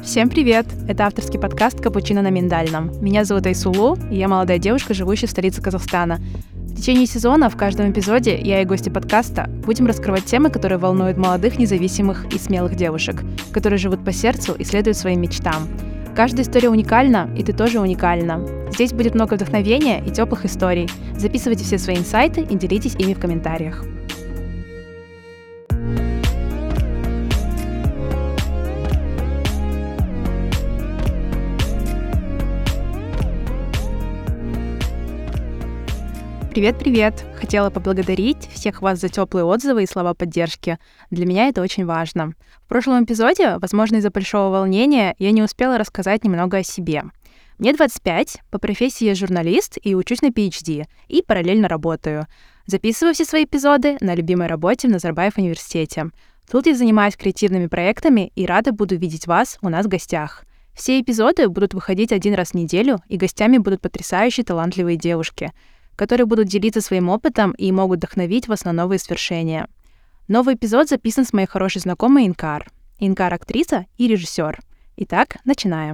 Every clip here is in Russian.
Всем привет! Это авторский подкаст «Капучино на миндальном». Меня зовут Айсулу, и я молодая девушка, живущая в столице Казахстана. В течение сезона в каждом эпизоде я и гости подкаста будем раскрывать темы, которые волнуют молодых, независимых и смелых девушек, которые живут по сердцу и следуют своим мечтам. Каждая история уникальна, и ты тоже уникальна. Здесь будет много вдохновения и теплых историй. Записывайте все свои инсайты и делитесь ими в комментариях. Привет-привет! Хотела поблагодарить всех вас за теплые отзывы и слова поддержки. Для меня это очень важно. В прошлом эпизоде, возможно, из-за большого волнения, я не успела рассказать немного о себе. Мне 25, по профессии я журналист и учусь на PhD, и параллельно работаю. Записываю все свои эпизоды на любимой работе в Назарбаев университете. Тут я занимаюсь креативными проектами и рада буду видеть вас у нас в гостях. Все эпизоды будут выходить один раз в неделю, и гостями будут потрясающие талантливые девушки, которые будут делиться своим опытом и могут вдохновить вас на новые свершения. Новый эпизод записан с моей хорошей знакомой Инкар. Инкар — актриса и режиссер. Итак, начинаем.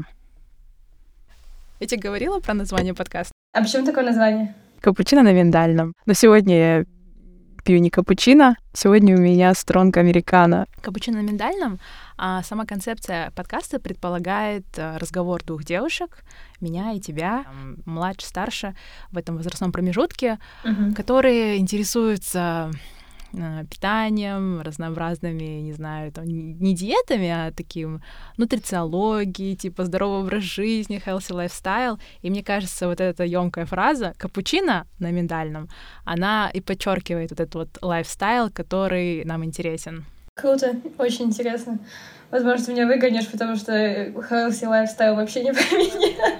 Я тебе говорила про название подкаста? А почему такое название? Капучино на миндальном. Но сегодня я пью не капучино, сегодня у меня стронг американо. Капучино на миндальном, а сама концепция подкаста предполагает разговор двух девушек, меня и тебя, младше, старше, в этом возрастном промежутке, которые интересуются питанием, разнообразными, не знаю, там, не диетами, а таким нутрициологией, типа здоровый образ жизни, healthy lifestyle. И мне кажется, вот эта ёмкая фраза «капучино» на миндальном, она и подчеркивает вот этот вот лайфстайл, который нам интересен. Круто, очень интересно. Возможно, ты меня выгонишь, потому что healthy lifestyle вообще не про меня.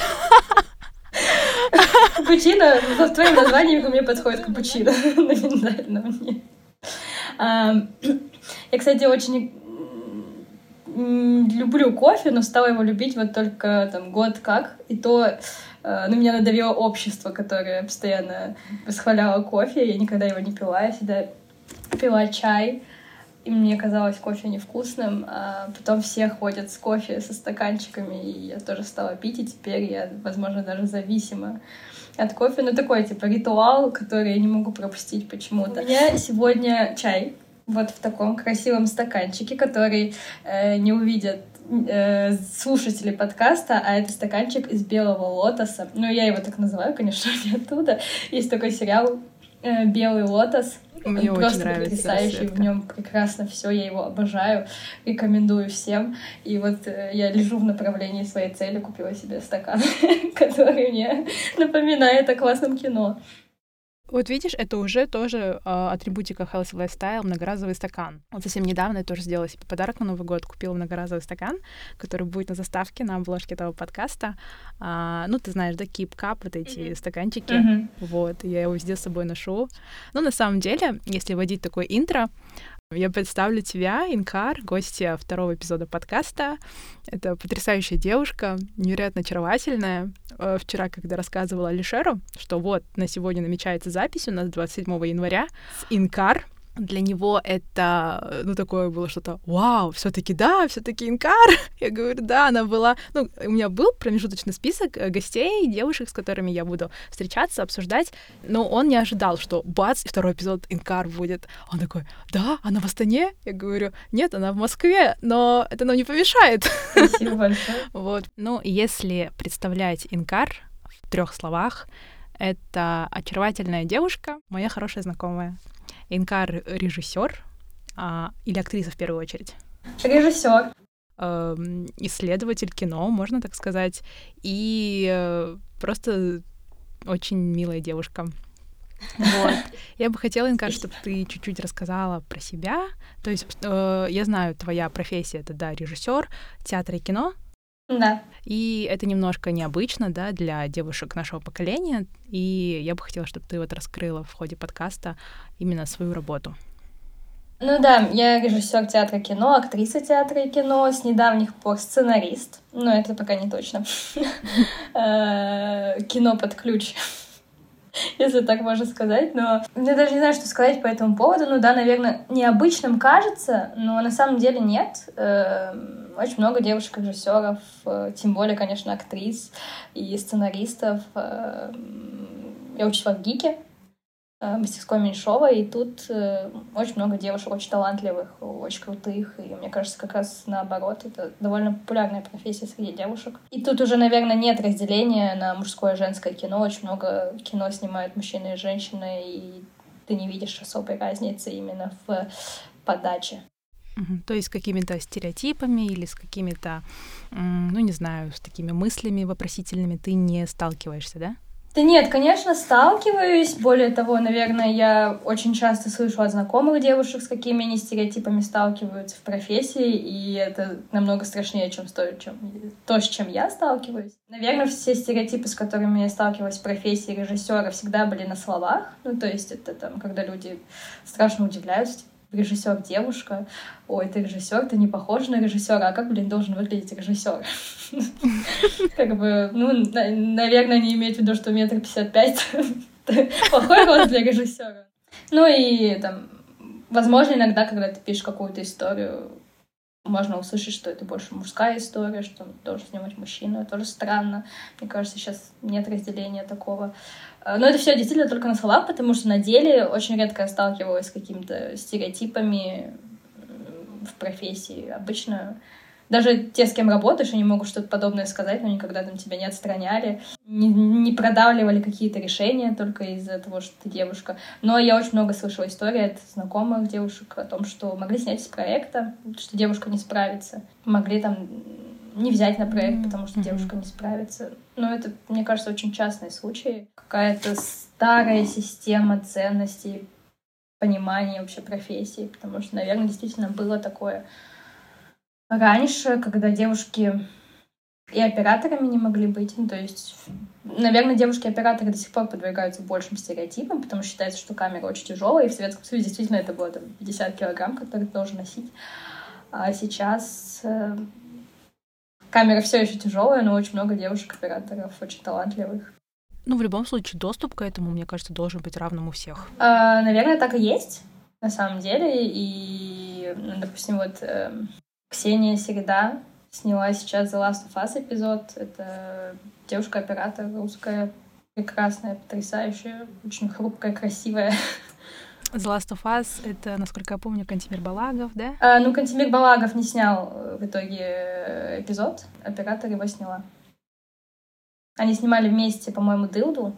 Капучино, в твоем названии мне подходит капучино на миндальном. Я, кстати, очень люблю кофе, но стала его любить вот только там год как. И то на меня надавило общество, которое постоянно восхваляло кофе. Я никогда его не пила, я всегда пила чай. И мне казалось кофе невкусным, а потом все ходят с кофе со стаканчиками, и я тоже стала пить, и теперь я, возможно, даже зависима от кофе. Но такой, типа, ритуал, который я не могу пропустить почему-то. У меня сегодня чай вот в таком красивом стаканчике, который не увидят слушатели подкаста, а это стаканчик из белого лотоса. Ну, я его так называю, конечно, не оттуда. Есть такой сериал «Белый лотос». Мне он очень просто нравится потрясающий, расцветка. в нем прекрасно все, я его обожаю, рекомендую всем. И вот я лежу в направлении своей цели, купила себе стакан, который мне напоминает о классном кино. Вот видишь, это уже тоже атрибутика healthy lifestyle, многоразовый стакан. Вот совсем недавно я тоже сделала себе подарок на Новый год, купила многоразовый стакан, который будет на заставке, на обложке этого подкаста. Ну, ты знаешь, да, Keep Cup, вот эти стаканчики. Вот, я его везде с собой ношу. Но на самом деле, если вводить такое интро, я представлю тебя, Инкар, гостья второго эпизода подкаста. Это потрясающая девушка, невероятно очаровательная. Вчера, когда рассказывала Алишеру, что вот на сегодня намечается запись у нас 27 января с Инкар. Для него это, такое было что-то «Вау, все-таки да, все-таки Инкар!» Я говорю, да, она была... у меня был промежуточный список гостей, девушек, с которыми я буду встречаться, обсуждать, но он не ожидал, что бац, второй эпизод Инкар будет. Он такой «Да, она в Астане?» Я говорю «Нет, она в Москве, но это нам не помешает». Спасибо большое. Вот. Если представлять Инкар в 3 словах, это очаровательная девушка, моя хорошая знакомая. Инкар — режиссер или актриса в первую очередь? Режиссер. Исследователь кино, можно так сказать, и просто очень милая девушка. Вот. Я бы хотела, Инкар, чтобы ты чуть-чуть рассказала про себя. То есть я знаю, твоя профессия — это, да, режиссер театра и кино. Да. И это немножко необычно, да, для девушек нашего поколения, и я бы хотела, чтобы ты вот раскрыла в ходе подкаста именно свою работу. Ну да, я режиссер театра и кино, актриса театра и кино, с недавних пор сценарист, но это пока не точно. Кино под ключ. если так можно сказать, но я даже не знаю, что сказать по этому поводу. Ну да, наверное, необычным кажется, но на самом деле нет. Очень много девушек-режиссеров, тем более, конечно, актрис и сценаристов. Я училась в ГИКе, мастерской Меньшова, и тут очень много девушек, очень талантливых, очень крутых, и мне кажется, как раз наоборот, это довольно популярная профессия среди девушек. И тут уже, наверное, нет разделения на мужское и женское кино, очень много кино снимают мужчины и женщины, и ты не видишь особой разницы именно в подаче. То есть с какими-то стереотипами или с какими-то, ну, не знаю, с такими мыслями вопросительными ты не сталкиваешься, да? Да нет, конечно, сталкиваюсь. Более того, наверное, я очень часто слышу от знакомых девушек, с какими они стереотипами сталкиваются в профессии, и это намного страшнее, чем то, с чем я сталкиваюсь. Наверное, все стереотипы, с которыми я сталкивалась в профессии режиссера, всегда были на словах. Ну, то есть это там, когда люди страшно удивляются, режиссер девушка, ой, ты режиссер, ты не похож на режиссера, а как, должен выглядеть режиссер? Как бы, ну, наверное, они имеют в виду, что 1,55 м плохой рост для режиссера. Ну и там, возможно, иногда, когда ты пишешь какую-то историю, можно услышать, что это больше мужская история, что должен снимать мужчина. Это тоже странно. Мне кажется, сейчас нет разделения такого. Но это все действительно только на словах, потому что на деле очень редко я сталкивалась с какими-то стереотипами в профессии. Обычно даже те, с кем работаешь, они могут что-то подобное сказать, но никогда там тебя не отстраняли, не продавливали какие-то решения только из-за того, что ты девушка. Но я очень много слышала историй от знакомых девушек о том, что могли снять из проекта, что девушка не справится. Могли там не взять на проект, потому что девушка не справится. Но это, мне кажется, очень частный случай. Какая-то старая система ценностей, понимания вообще профессии, потому что, наверное, действительно было такое раньше, когда девушки и операторами не могли быть. Ну, то есть, наверное, девушки-операторы до сих пор подвергаются большим стереотипам, потому что считается, что камера очень тяжелая, и в Советском Союзе действительно это было там 50 килограмм, которые ты должен носить. А сейчас камера все еще тяжелая, но очень много девушек-операторов, очень талантливых. Ну, в любом случае, доступ к этому, мне кажется, должен быть равным у всех. Наверное, так и есть, на самом деле. И, допустим, вот Ксения Середа сняла сейчас The Last of Us эпизод. Это девушка-оператор русская, прекрасная, потрясающая, очень хрупкая, красивая. The Last of Us — это, насколько я помню, Кантемир Балагов, да? Ну, Кантемир Балагов не снял в итоге эпизод, оператор его сняла. Они снимали вместе, по-моему, «Дылду»,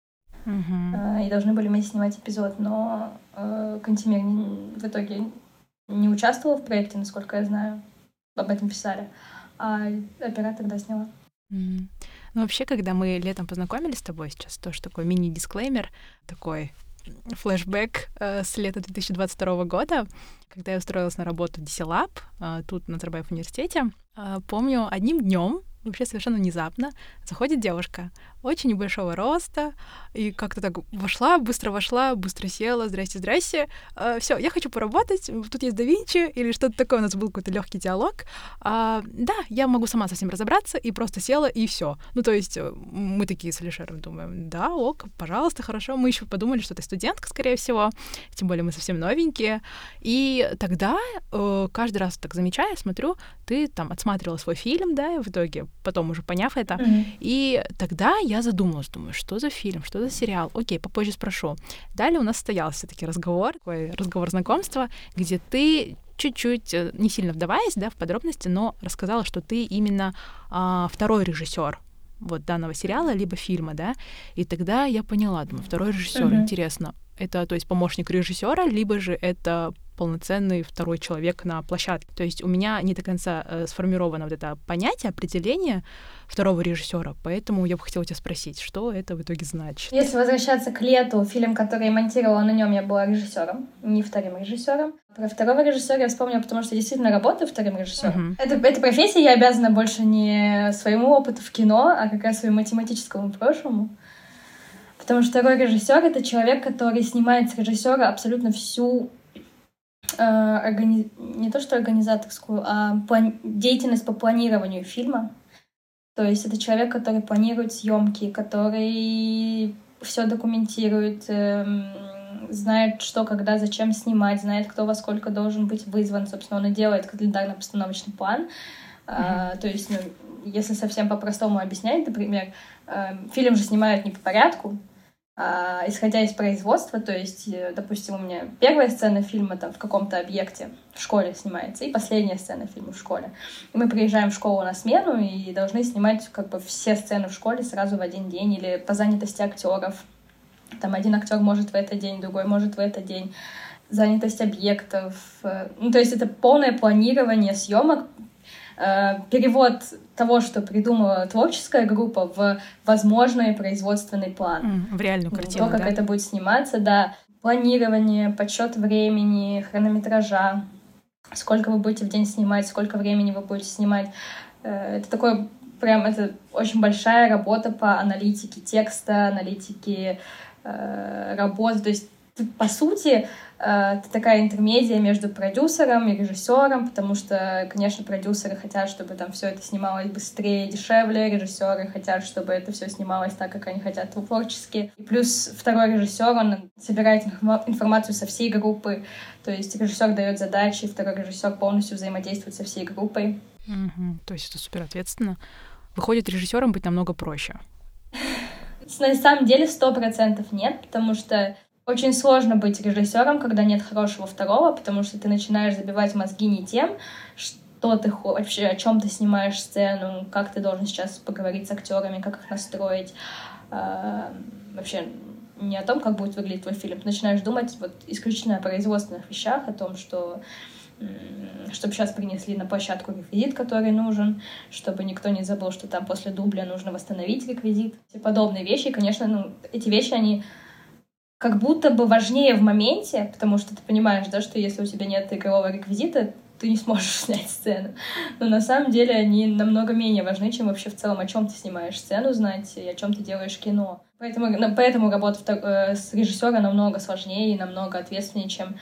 и должны были вместе снимать эпизод, но Кантемир в итоге не участвовал в проекте, насколько я знаю. Об этом писали. А оператор, да, сняла. Ну, вообще, когда мы летом познакомились с тобой, сейчас тоже такой мини-дисклеймер, такой флешбэк с лета 2022 года, когда я устроилась на работу в DC Lab, тут на Назарбаев университете. Помню, одним днем вообще совершенно внезапно заходит девушка очень небольшого роста, и как-то так вошла, быстро села, здрасте, все, я хочу поработать, тут есть Да Винчи, или что-то такое, у нас был какой-то легкий диалог. Да, я могу сама со всем разобраться, и просто села, и все. Ну, то есть мы такие с Алишером думаем, да, ок, пожалуйста, хорошо. Мы еще подумали, что ты студентка, скорее всего, тем более мы совсем новенькие. И тогда каждый раз так замечая, смотрю, ты там отсматривала свой фильм, да, и в итоге потом уже поняв это, и тогда я задумалась, думаю, что за фильм, что за сериал, окей, попозже спрошу. Далее у нас состоялся все-таки разговор, такой разговор знакомства, где ты чуть-чуть, не сильно вдаваясь, да, в подробности, но рассказала, что ты именно второй режиссер вот данного сериала либо фильма, да, и тогда я поняла, думаю, второй режиссер, интересно, это, то есть, помощник режиссера, либо же это полноценный второй человек на площадке. То есть у меня не до конца сформировано вот это понятие, определение второго режиссера, поэтому я бы хотела тебя спросить, что это в итоге значит? Если возвращаться к «Лету», фильм, который я монтировала, на нем я была режиссером, не вторым режиссером. Про второго режиссера я вспомнила, потому что действительно работаю вторым режиссером. Эта профессия я обязана больше не своему опыту в кино, а как раз своему математическому прошлому. Потому что второй режиссер — это человек, который снимает с режиссера абсолютно всю не то что организаторскую, а деятельность по планированию фильма. То есть это человек, который планирует съемки, который все документирует, знает, что, когда, зачем снимать, знает, кто во сколько должен быть вызван. Собственно, он и делает календарно-постановочный план. То есть, если совсем по-простому объяснять, например, фильм же снимают не по порядку, исходя из производства, то есть, допустим, у меня первая сцена фильма там в каком-то объекте в школе снимается, и последняя сцена фильма в школе. И мы приезжаем в школу на смену и должны снимать как бы все сцены в школе сразу в один день или по занятости актеров. Там один актер может в этот день, другой может в этот день. Занятость объектов. То есть это полное планирование съемок, перевод того, что придумала творческая группа, в возможный производственный план. В реальную картину, то, как это будет сниматься, да. Планирование, подсчет времени, хронометража, сколько вы будете в день снимать, сколько времени вы будете снимать. Это такое прям, это очень большая работа по аналитике текста, аналитике работы. То есть, по сути, это такая интермедия между продюсером и режиссером, потому что, конечно, продюсеры хотят, чтобы там все это снималось быстрее, дешевле, режиссеры хотят, чтобы это все снималось так, как они хотят творчески. И плюс второй режиссер, он собирает информацию со всей группы, то есть режиссер дает задачи, второй режиссер полностью взаимодействует со всей группой. То есть это супер ответственно. Выходит, режиссером быть намного проще. На самом деле 100% нет, потому что очень сложно быть режиссером, когда нет хорошего второго, потому что ты начинаешь забивать мозги не тем, что ты вообще, о чем ты снимаешь сцену, как ты должен сейчас поговорить с актерами, как их настроить. Вообще не о том, как будет выглядеть твой фильм. Ты начинаешь думать вот исключительно о производственных вещах, о том, что чтобы сейчас принесли на площадку реквизит, который нужен, чтобы никто не забыл, что там после дубля нужно восстановить реквизит. Все подобные вещи. И, конечно, эти вещи, они как будто бы важнее в моменте, потому что ты понимаешь, да, что если у тебя нет игрового реквизита, ты не сможешь снять сцену. Но на самом деле они намного менее важны, чем вообще в целом, о чем ты снимаешь сцену, знать и о чем ты делаешь кино. Поэтому работа с режиссером намного сложнее и намного ответственнее, чем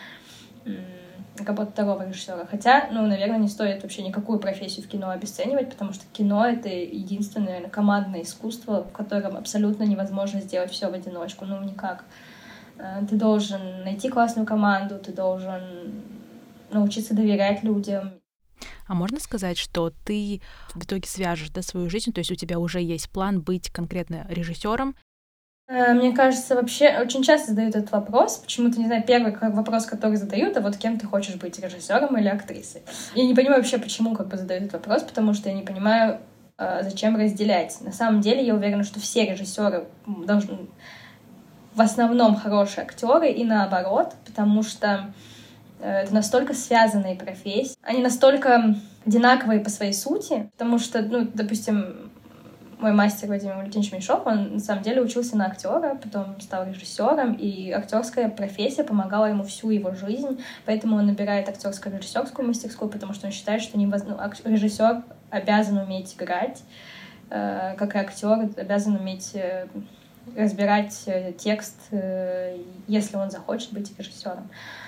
работа второго режиссера. Хотя, наверное, не стоит вообще никакую профессию в кино обесценивать, потому что кино — это единственное, наверное, командное искусство, в котором абсолютно невозможно сделать все в одиночку. Никак. Ты должен найти классную команду, ты должен научиться доверять людям. А можно сказать, что ты в итоге свяжешь, да, свою жизнь, то есть у тебя уже есть план быть конкретно режиссером? Мне кажется, вообще очень часто задают этот вопрос. Почему-то, не знаю, первый вопрос, который задают, а вот кем ты хочешь быть, режиссером или актрисой? Я не понимаю вообще, почему задают этот вопрос, потому что я не понимаю, зачем разделять. На самом деле, я уверена, что все режиссеры должны в основном хорошие актеры и наоборот, потому что это настолько связанные профессии, они настолько одинаковые по своей сути, потому что, допустим, мой мастер Вадим Валентинович Меньшов, он на самом деле учился на актера, потом стал режиссером, и актерская профессия помогала ему всю его жизнь, поэтому он набирает актерско-режиссерскую мастерскую, потому что он считает, что режиссер обязан уметь играть, как и актер обязан уметь разбирать текст, если он захочет быть режиссером.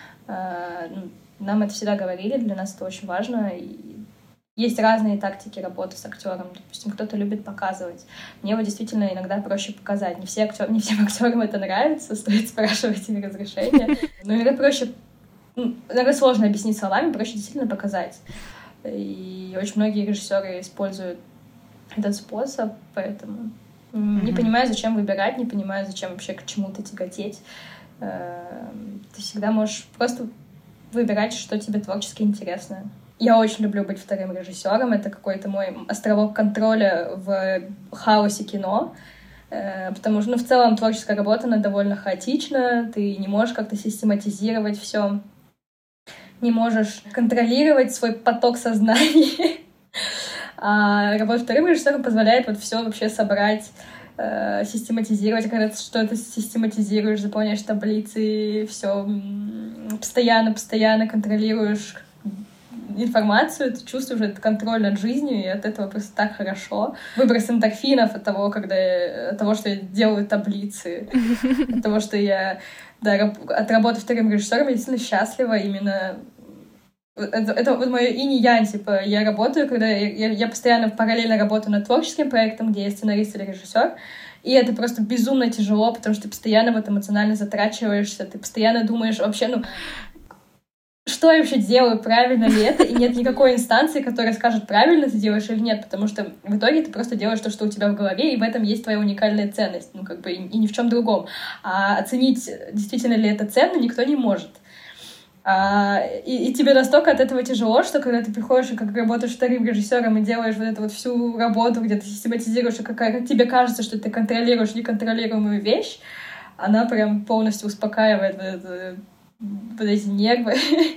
Нам это всегда говорили, для нас это очень важно. Есть разные тактики работы с актером. Допустим, кто-то любит показывать. Мне его действительно иногда проще показать. Не всем актерам это нравится, стоит спрашивать их разрешения. Но иногда проще, иногда сложно объяснить словами, проще действительно показать. И очень многие режиссеры используют этот способ, поэтому не понимаю, зачем выбирать, не понимаю, зачем вообще к чему-то тяготеть. Ты всегда можешь просто выбирать, что тебе творчески интересно. Я очень люблю быть вторым режиссером. Это какой-то мой островок контроля в хаосе кино. Потому что, в целом, творческая работа, она довольно хаотична. Ты не можешь как-то систематизировать все, не можешь контролировать свой поток сознания. А работа вторым режиссером позволяет все вообще собрать, систематизировать. Когда ты что-то систематизируешь, заполняешь таблицы, все постоянно контролируешь информацию, ты чувствуешь этот контроль над жизнью, и от этого просто так хорошо. Выброс эндорфинов от того, что я делаю таблицы, от того, что я от работы вторым режиссером я действительно счастлива именно. Это вот мое инь и янь, типа, я работаю, когда я постоянно параллельно работаю над творческим проектом, где я сценарист или режиссер, И это просто безумно тяжело, потому что ты постоянно в этом эмоционально затрачиваешься, ты постоянно думаешь вообще, ну, что я вообще делаю, правильно ли это, и нет никакой инстанции, которая скажет, правильно ты делаешь или нет, потому что в итоге ты просто делаешь то, что у тебя в голове, и в этом есть твоя уникальная ценность, ну, как бы, и ни в чем другом. А оценить, действительно ли это ценно, никто не может. И тебе настолько от этого тяжело, что когда ты приходишь и как работаешь вторым режиссером и делаешь вот эту вот всю работу, где ты систематизируешь, и как тебе кажется, что ты контролируешь неконтролируемую вещь, она прям полностью успокаивает вот эти нервы.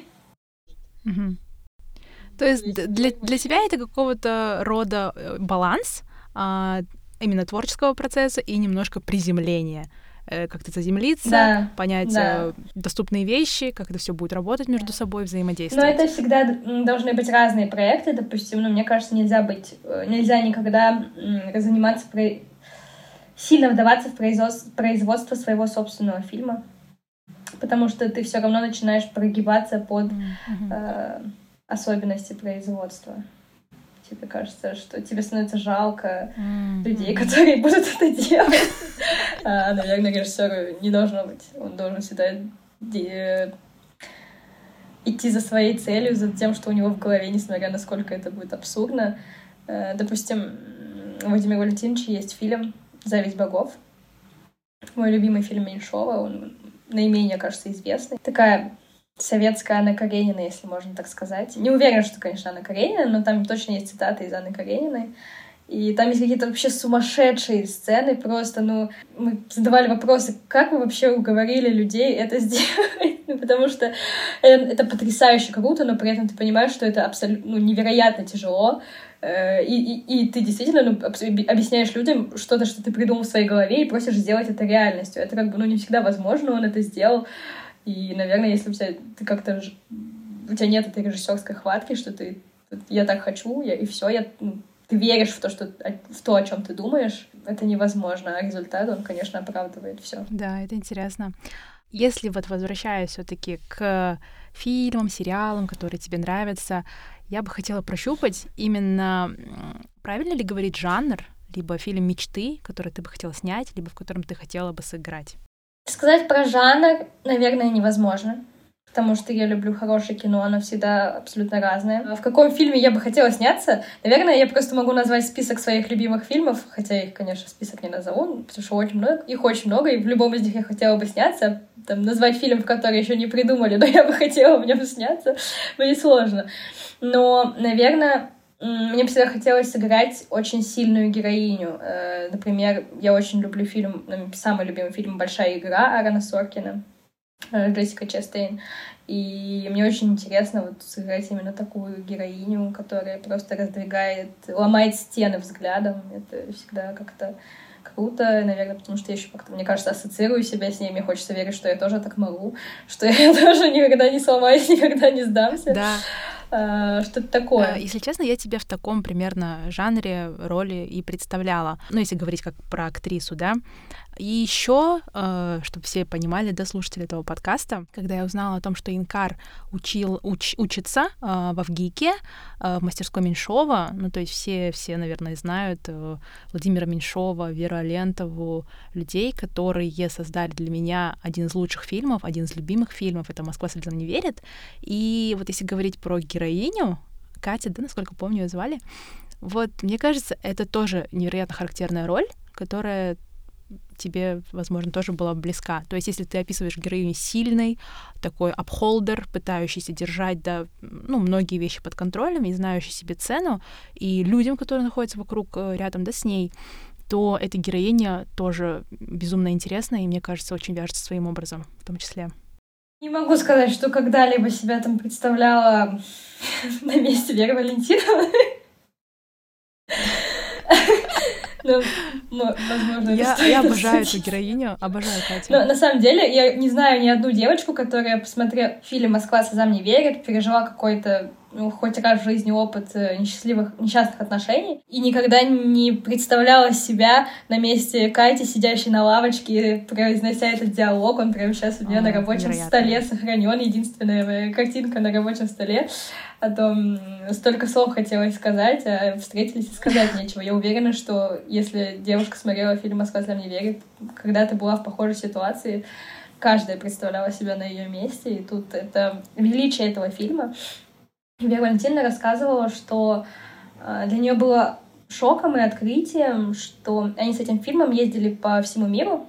То есть для тебя это какого-то рода баланс именно творческого процесса и немножко приземления. Как-то заземлиться, понять доступные вещи, как это все будет работать между собой, взаимодействовать. Но это всегда должны быть разные проекты, допустим, мне кажется, нельзя никогда заниматься, сильно вдаваться в производство своего собственного фильма, потому что ты все равно начинаешь прогибаться под особенности производства. Тебе кажется, что тебе становится жалко людей, которые будут это делать. Наверное, режиссеру не должно быть. Он должен всегда идти за своей целью, за тем, что у него в голове, несмотря на сколько это будет абсурдно. Допустим, у Владимира Валентиновича есть фильм «Зависть богов». Мой любимый фильм Меньшова. Он наименее, кажется, известный. Такая советская Анна Каренина, если можно так сказать. Не уверена, что, конечно, Анна Каренина, но там точно есть цитаты из Анны Карениной. И там есть какие-то вообще сумасшедшие сцены. Просто, мы задавали вопросы, как вы вообще уговорили людей это сделать? Потому что это потрясающе круто, но при этом ты понимаешь, что это абсолютно невероятно тяжело. И ты действительно объясняешь людям что-то, что ты придумал в своей голове, и просишь сделать это реальностью. Это как бы не всегда возможно, он это сделал. И, наверное, если у тебя нет этой режиссерской хватки, что я так хочу, и все, ты веришь в то, о чем ты думаешь, это невозможно, а результат, он, конечно, оправдывает все. Да, это интересно. Если возвращаясь все-таки к фильмам, сериалам, которые тебе нравятся, я бы хотела прощупать именно, правильно ли говорить жанр, либо фильм мечты, который ты бы хотела снять, либо в котором ты хотела бы сыграть. Сказать про жанр, наверное, невозможно, потому что я люблю хорошее кино, оно всегда абсолютно разное. В каком фильме я бы хотела сняться? Наверное, я просто могу назвать список своих любимых фильмов, хотя их, конечно, список не назову, потому что их очень много, и в любом из них я хотела бы сняться. Назвать фильм, в который еще не придумали, но я бы хотела в нем сняться, будет сложно. Но, наверное, мне всегда хотелось сыграть очень сильную героиню. Например, я очень люблю самый любимый фильм «Большая игра» Аарона Соркина, Джессика Честейн. И мне очень интересно сыграть именно такую героиню, которая просто ломает стены взглядом. Это всегда как-то круто, наверное, потому что я еще как-то, мне кажется, ассоциирую себя с ней. Мне хочется верить, что я тоже так могу, что я тоже никогда не сломаюсь, никогда не сдамся. Да. Что-то такое. Если честно, я тебя в таком примерно жанре, роли и представляла. Если говорить как про актрису, да. И еще, чтобы все понимали, да, слушатели этого подкаста, когда я узнала о том, что Инкар учится в ВГИКе, в мастерской Меньшова, то есть все, наверное, знают Владимира Меньшова, Веру Алентову, людей, которые создали для меня один из лучших фильмов, один из любимых фильмов, это «Москва слезам не верит». И если говорить про героиню, Катя, да, насколько помню, ее звали, мне кажется, это тоже невероятно характерная роль, которая тебе, возможно, тоже была близка. То есть, если ты описываешь героиню сильной, такой апхолдер, пытающийся держать, да, многие вещи под контролем и знающий себе цену, и людям, которые находятся вокруг, рядом, да, с ней, то эта героиня тоже безумно интересна и, мне кажется, очень вяжется своим образом в том числе. Не могу сказать, что когда-либо себя представляла на месте Веры Валентиновны. Возможно, я обожаю эту героиню, обожаю Катю. Но на самом деле я не знаю ни одну девочку, которая, посмотрев фильм «Москва слезам не верит», пережила какой-то хоть раз в жизни опыт несчастных отношений и никогда не представляла себя на месте Кати, сидящей на лавочке, произнося этот диалог. Он прямо сейчас у меня на рабочем столе сохранен, единственная моя картинка на рабочем столе. А то столько слов хотелось сказать, а встретились и сказать нечего. Я уверена, что если девушка смотрела фильм «Москва слезам не верит», когда-то была в похожей ситуации, каждая представляла себя на ее месте, и тут это величие этого фильма. Вера Валентиновна рассказывала, что для нее было шоком и открытием, что они с этим фильмом ездили по всему миру,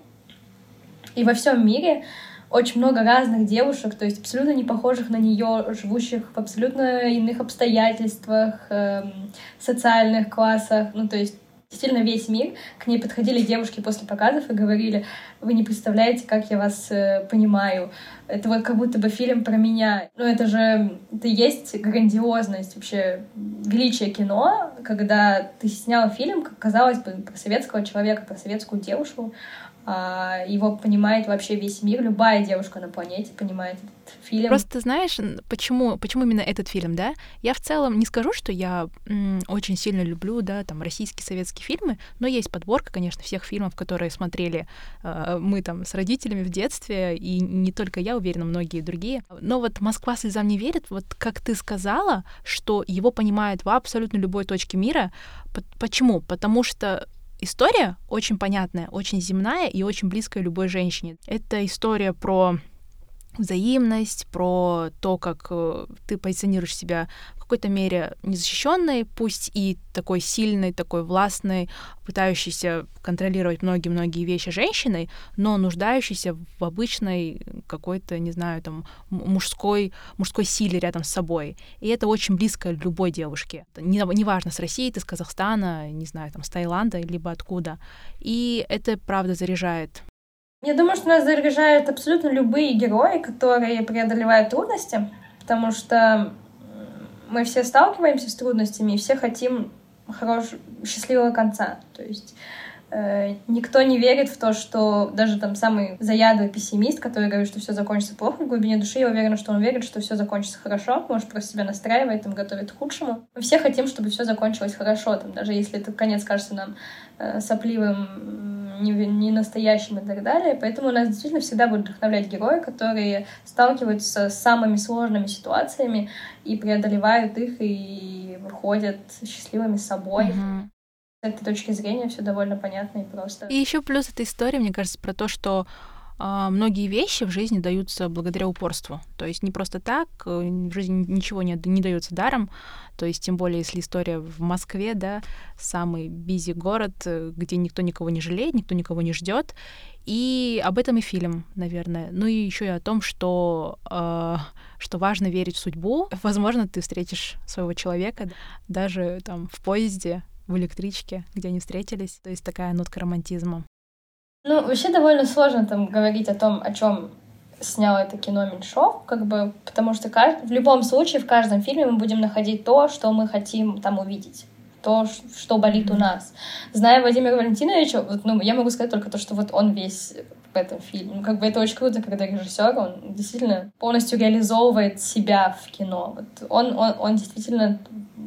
и во всем мире очень много разных девушек, то есть абсолютно не похожих на нее, живущих в абсолютно иных обстоятельствах, социальных классах, ну то есть действительно весь мир. К ней подходили девушки после показов и говорили: вы не представляете, как я вас понимаю. Это вот как будто бы фильм про меня. Ну это же, это есть грандиозность, вообще величие кино, когда ты снял фильм, как казалось бы, про советского человека, про советскую девушку. Его понимает вообще весь мир, любая девушка на планете понимает этот фильм. Просто знаешь, почему именно этот фильм, да? Я в целом не скажу, что я очень сильно люблю, да, там, российские, советские фильмы, но есть подборка, конечно, всех фильмов, которые смотрели мы там с родителями в детстве, и не только я, уверена, многие другие. Но вот «Москва слезам не верит», вот как ты сказала, что его понимает в абсолютно любой точке мира. Почему? Потому что история очень понятная, очень земная и очень близкая любой женщине. Это история про взаимность, про то, как ты позиционируешь себя в какой-то мере незащищенной, пусть и такой сильной, такой властной, пытающейся контролировать многие-многие вещи женщиной, но нуждающейся в обычной какой-то, не знаю, там, мужской силе рядом с собой. И это очень близко любой девушке. Неважно, с России, ты с Казахстана, не знаю, там, с Таиланда, либо откуда. И это, правда, заряжает. Я думаю, что нас заряжают абсолютно любые герои, которые преодолевают трудности, потому что мы все сталкиваемся с трудностями и все хотим счастливого конца. То есть никто не верит в то, что даже там самый заядлый пессимист, который говорит, что все закончится плохо, в глубине души я уверена, что он верит, что все закончится хорошо, может, просто себя настраивает, там, готовит к худшему. Мы все хотим, чтобы все закончилось хорошо, там, даже если этот конец кажется нам сопливым, не настоящим и так далее. Поэтому нас действительно всегда будут вдохновлять герои, которые сталкиваются с самыми сложными ситуациями и преодолевают их и выходят счастливыми собой. С этой точки зрения все довольно понятно и просто. И еще плюс эта история, мне кажется, про то, что многие вещи в жизни даются благодаря упорству. То есть не просто так, в жизни ничего не дается даром. То есть тем более, если история в Москве, да, самый бизи город, где никто никого не жалеет, никто никого не ждет. И об этом и фильм, наверное. Ну и еще и о том, что важно верить в судьбу. Возможно, ты встретишь своего человека даже там в поезде, в электричке, где они встретились. То есть такая нотка романтизма. Ну, вообще довольно сложно там говорить о том, о чем снял это кино Меньшов, как бы, потому что в любом случае в каждом фильме мы будем находить то, что мы хотим там увидеть, то, что болит у нас. Зная Владимира Валентиновича, вот, ну, я могу сказать только то, что вот он весь в этом фильме. Ну, как бы это очень круто, когда режиссер, он действительно полностью реализовывает себя в кино. Вот он действительно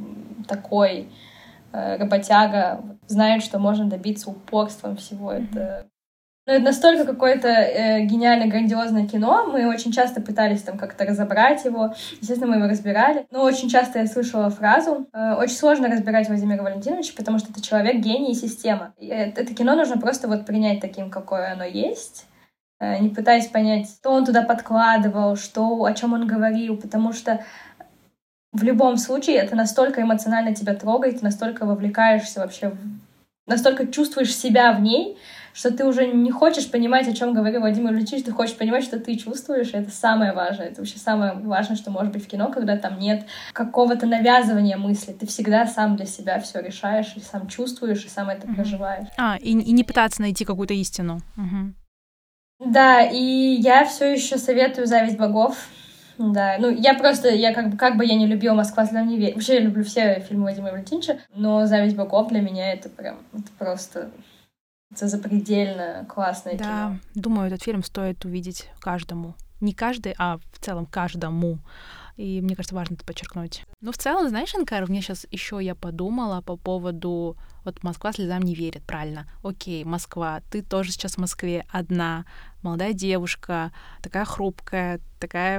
такой работяга, знает, что можно добиться упорством всего это. Но это настолько какое-то гениальное, грандиозное кино. Мы очень часто пытались там как-то разобрать его. Естественно, мы его разбирали. Но очень часто я слышала фразу: очень сложно разбирать Владимира Валентиновича, потому что это человек, гений и система. И это кино нужно просто вот принять таким, какое оно есть, не пытаясь понять, что он туда подкладывал, о чем он говорил, потому что в любом случае это настолько эмоционально тебя трогает, настолько вовлекаешься вообще, настолько чувствуешь себя в ней, что ты уже не хочешь понимать, о чем говорил Владимир Валентинович, ты хочешь понимать, что ты чувствуешь, и это самое важное. Это вообще самое важное, что может быть в кино, когда там нет какого-то навязывания мысли. Ты всегда сам для себя все решаешь, и сам чувствуешь, и сам это проживаешь. И не пытаться найти какую-то истину. Да, и я все еще советую «Зависть богов». Да, ну я как бы я не любила «Москва слезам не верит». Вообще я люблю все фильмы Владимира Валентиновича, но «Зависть богов» для меня это просто... Это запредельно классное кино. Да, думаю, этот фильм стоит увидеть каждому. Не каждый, а в целом каждому. И мне кажется, важно это подчеркнуть. Ну, в целом, знаешь, Анкар, мне сейчас еще я подумала по поводу... Вот «Москва слезам не верит», правильно. Окей, Москва, ты тоже сейчас в Москве одна, молодая девушка, такая хрупкая, такая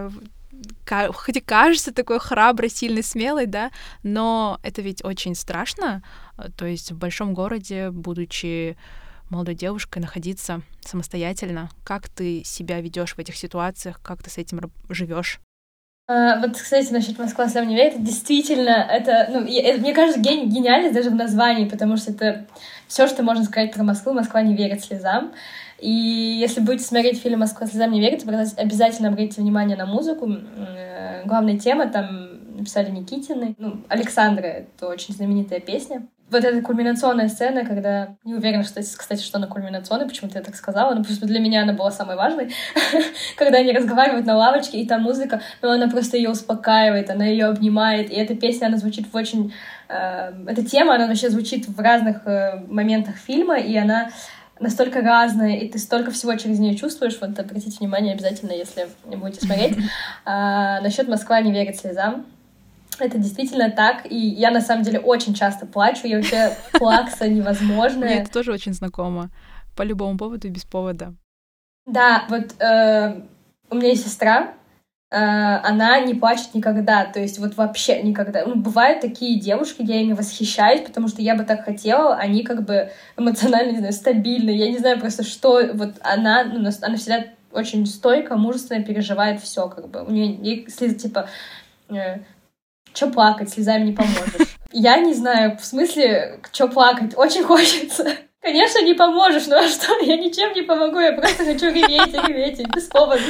хоть и кажется такой храброй, сильной, смелой, да, но это ведь очень страшно. То есть в большом городе, будучи молодой девушкой, находиться самостоятельно. Как ты себя ведешь в этих ситуациях, как ты с этим живешь? Вот, кстати, насчет «Москва слезам не верит», это действительно, мне кажется, гениальность даже в названии, потому что это все, что можно сказать про Москву. Москва не верит слезам. И если будете смотреть фильм «Москва слезам не верит», обязательно обратите внимание на музыку. Главная тема там написали Никитины. Александра — это очень знаменитая песня. Вот эта кульминационная сцена, когда... Не уверена, кстати, что она кульминационная, почему-то я так сказала, но просто для меня она была самой важной. Когда они разговаривают на лавочке, и там музыка, но она просто ее успокаивает, она ее обнимает, и эта песня, она звучит в очень... Эта тема, она вообще звучит в разных моментах фильма, и она настолько разная, и ты столько всего через нее чувствуешь. Вот обратите внимание обязательно, если будете смотреть. Насчет «Москва не верит слезам». Это действительно так, и я на самом деле очень часто плачу, я вообще плакса невозможно. Мне это тоже очень знакомо, по любому поводу и без повода. Да, вот у меня есть сестра, она не плачет никогда, то есть вот вообще никогда. Бывают такие девушки, я ими восхищаюсь, потому что я бы так хотела, они как бы эмоционально, не знаю, стабильны, я не знаю просто, что вот она всегда очень стойко, мужественно переживает все, как бы. У нее слезы, типа... Чё плакать, слезами не поможешь. Я не знаю, в смысле, чё плакать, очень хочется. Конечно, не поможешь, но что, я ничем не помогу, я просто хочу реветь, без повода.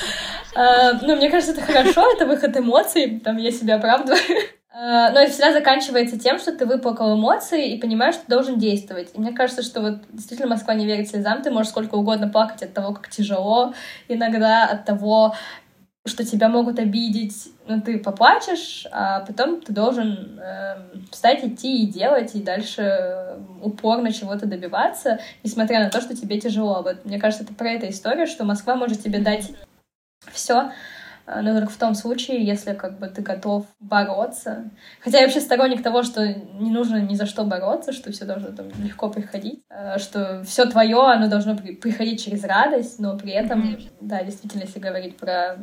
Мне кажется, это хорошо, это выход эмоций, там я себя оправдываю. Но это всегда заканчивается тем, что ты выплакал эмоции и понимаешь, что ты должен действовать. И мне кажется, что вот действительно «Москва не верит слезам», ты можешь сколько угодно плакать от того, как тяжело, иногда от того, что тебя могут обидеть, но ты поплачешь, а потом ты должен встать, идти и делать, и дальше упорно чего-то добиваться, несмотря на то, что тебе тяжело. Вот, мне кажется, это про эту историю, что Москва может тебе дать все, но только в том случае, если как бы ты готов бороться. Хотя я вообще сторонник того, что не нужно ни за что бороться, что все должно там легко приходить, что все твое, оно должно приходить через радость, но при этом, да, действительно, если говорить про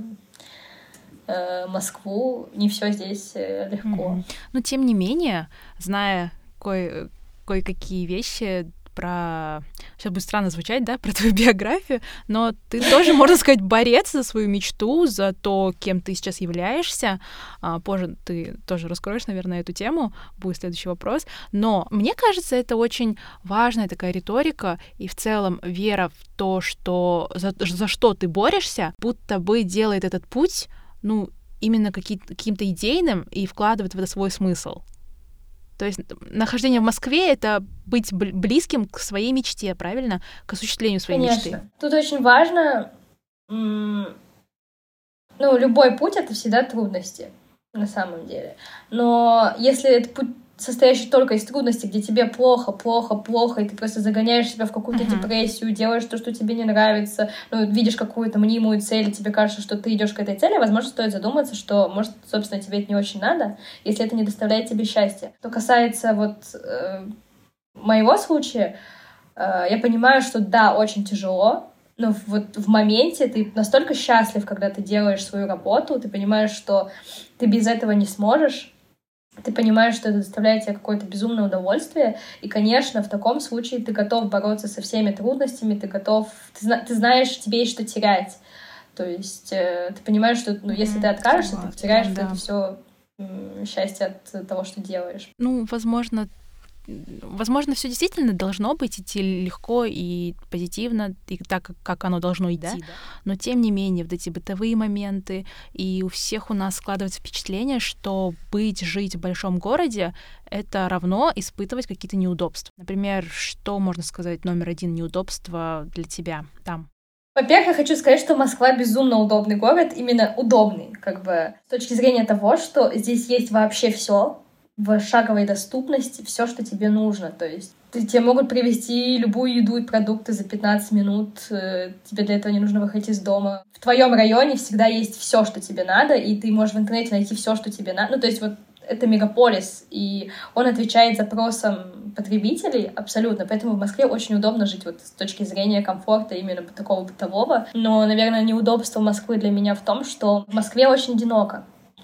Москву, не все здесь легко. Но тем не менее, зная кое-какие вещи про... Сейчас будет странно звучать, да, про твою биографию, но ты тоже, можно сказать, борец за свою мечту, за то, кем ты сейчас являешься. Позже ты тоже раскроешь, наверное, эту тему, будет следующий вопрос. Но мне кажется, это очень важная такая риторика и в целом вера в то, что за что ты борешься, будто бы делает этот путь именно каким-то идейным и вкладывает в это свой смысл. То есть нахождение в Москве — это быть близким к своей мечте, правильно? К осуществлению своей мечты. Тут очень важно... любой путь — это всегда трудности, на самом деле. Но если этот путь состоящий только из трудностей, где тебе плохо, и ты просто загоняешь себя в какую-то депрессию, делаешь то, что тебе не нравится, видишь какую-то мнимую цель, и тебе кажется, что ты идешь к этой цели, возможно, стоит задуматься, что, может, собственно, тебе это не очень надо, если это не доставляет тебе счастья. Что касается моего случая, я понимаю, что да, очень тяжело, но вот в моменте ты настолько счастлив, когда ты делаешь свою работу, ты понимаешь, что ты без этого не сможешь, ты понимаешь, что это доставляет тебе какое-то безумное удовольствие, и, конечно, в таком случае ты готов бороться со всеми трудностями, ты знаешь, тебе есть что терять. То есть ты понимаешь, что если ты откажешься, ты потеряешь это все счастье от того, что делаешь. Возможно, все действительно должно быть идти легко и позитивно, и так, как оно должно идти. Да? Но тем не менее, вот эти бытовые моменты, и у всех у нас складывается впечатление, что жить в большом городе — это равно испытывать какие-то неудобства. Например, что можно сказать номер один неудобства для тебя там? Во-первых, я хочу сказать, что Москва безумно удобный город, именно удобный, с точки зрения того, что здесь есть вообще все в шаговой доступности, все, что тебе нужно. То есть тебе могут привезти любую еду и продукты за 15 минут, тебе для этого не нужно выходить из дома. В твоем районе всегда есть все, что тебе надо, и ты можешь в интернете найти все, что тебе надо. То есть это мегаполис, и он отвечает запросам потребителей абсолютно, поэтому в Москве очень удобно жить вот с точки зрения комфорта именно такого бытового. Но, наверное, неудобство Москвы для меня в том, что в Москве очень одиноко.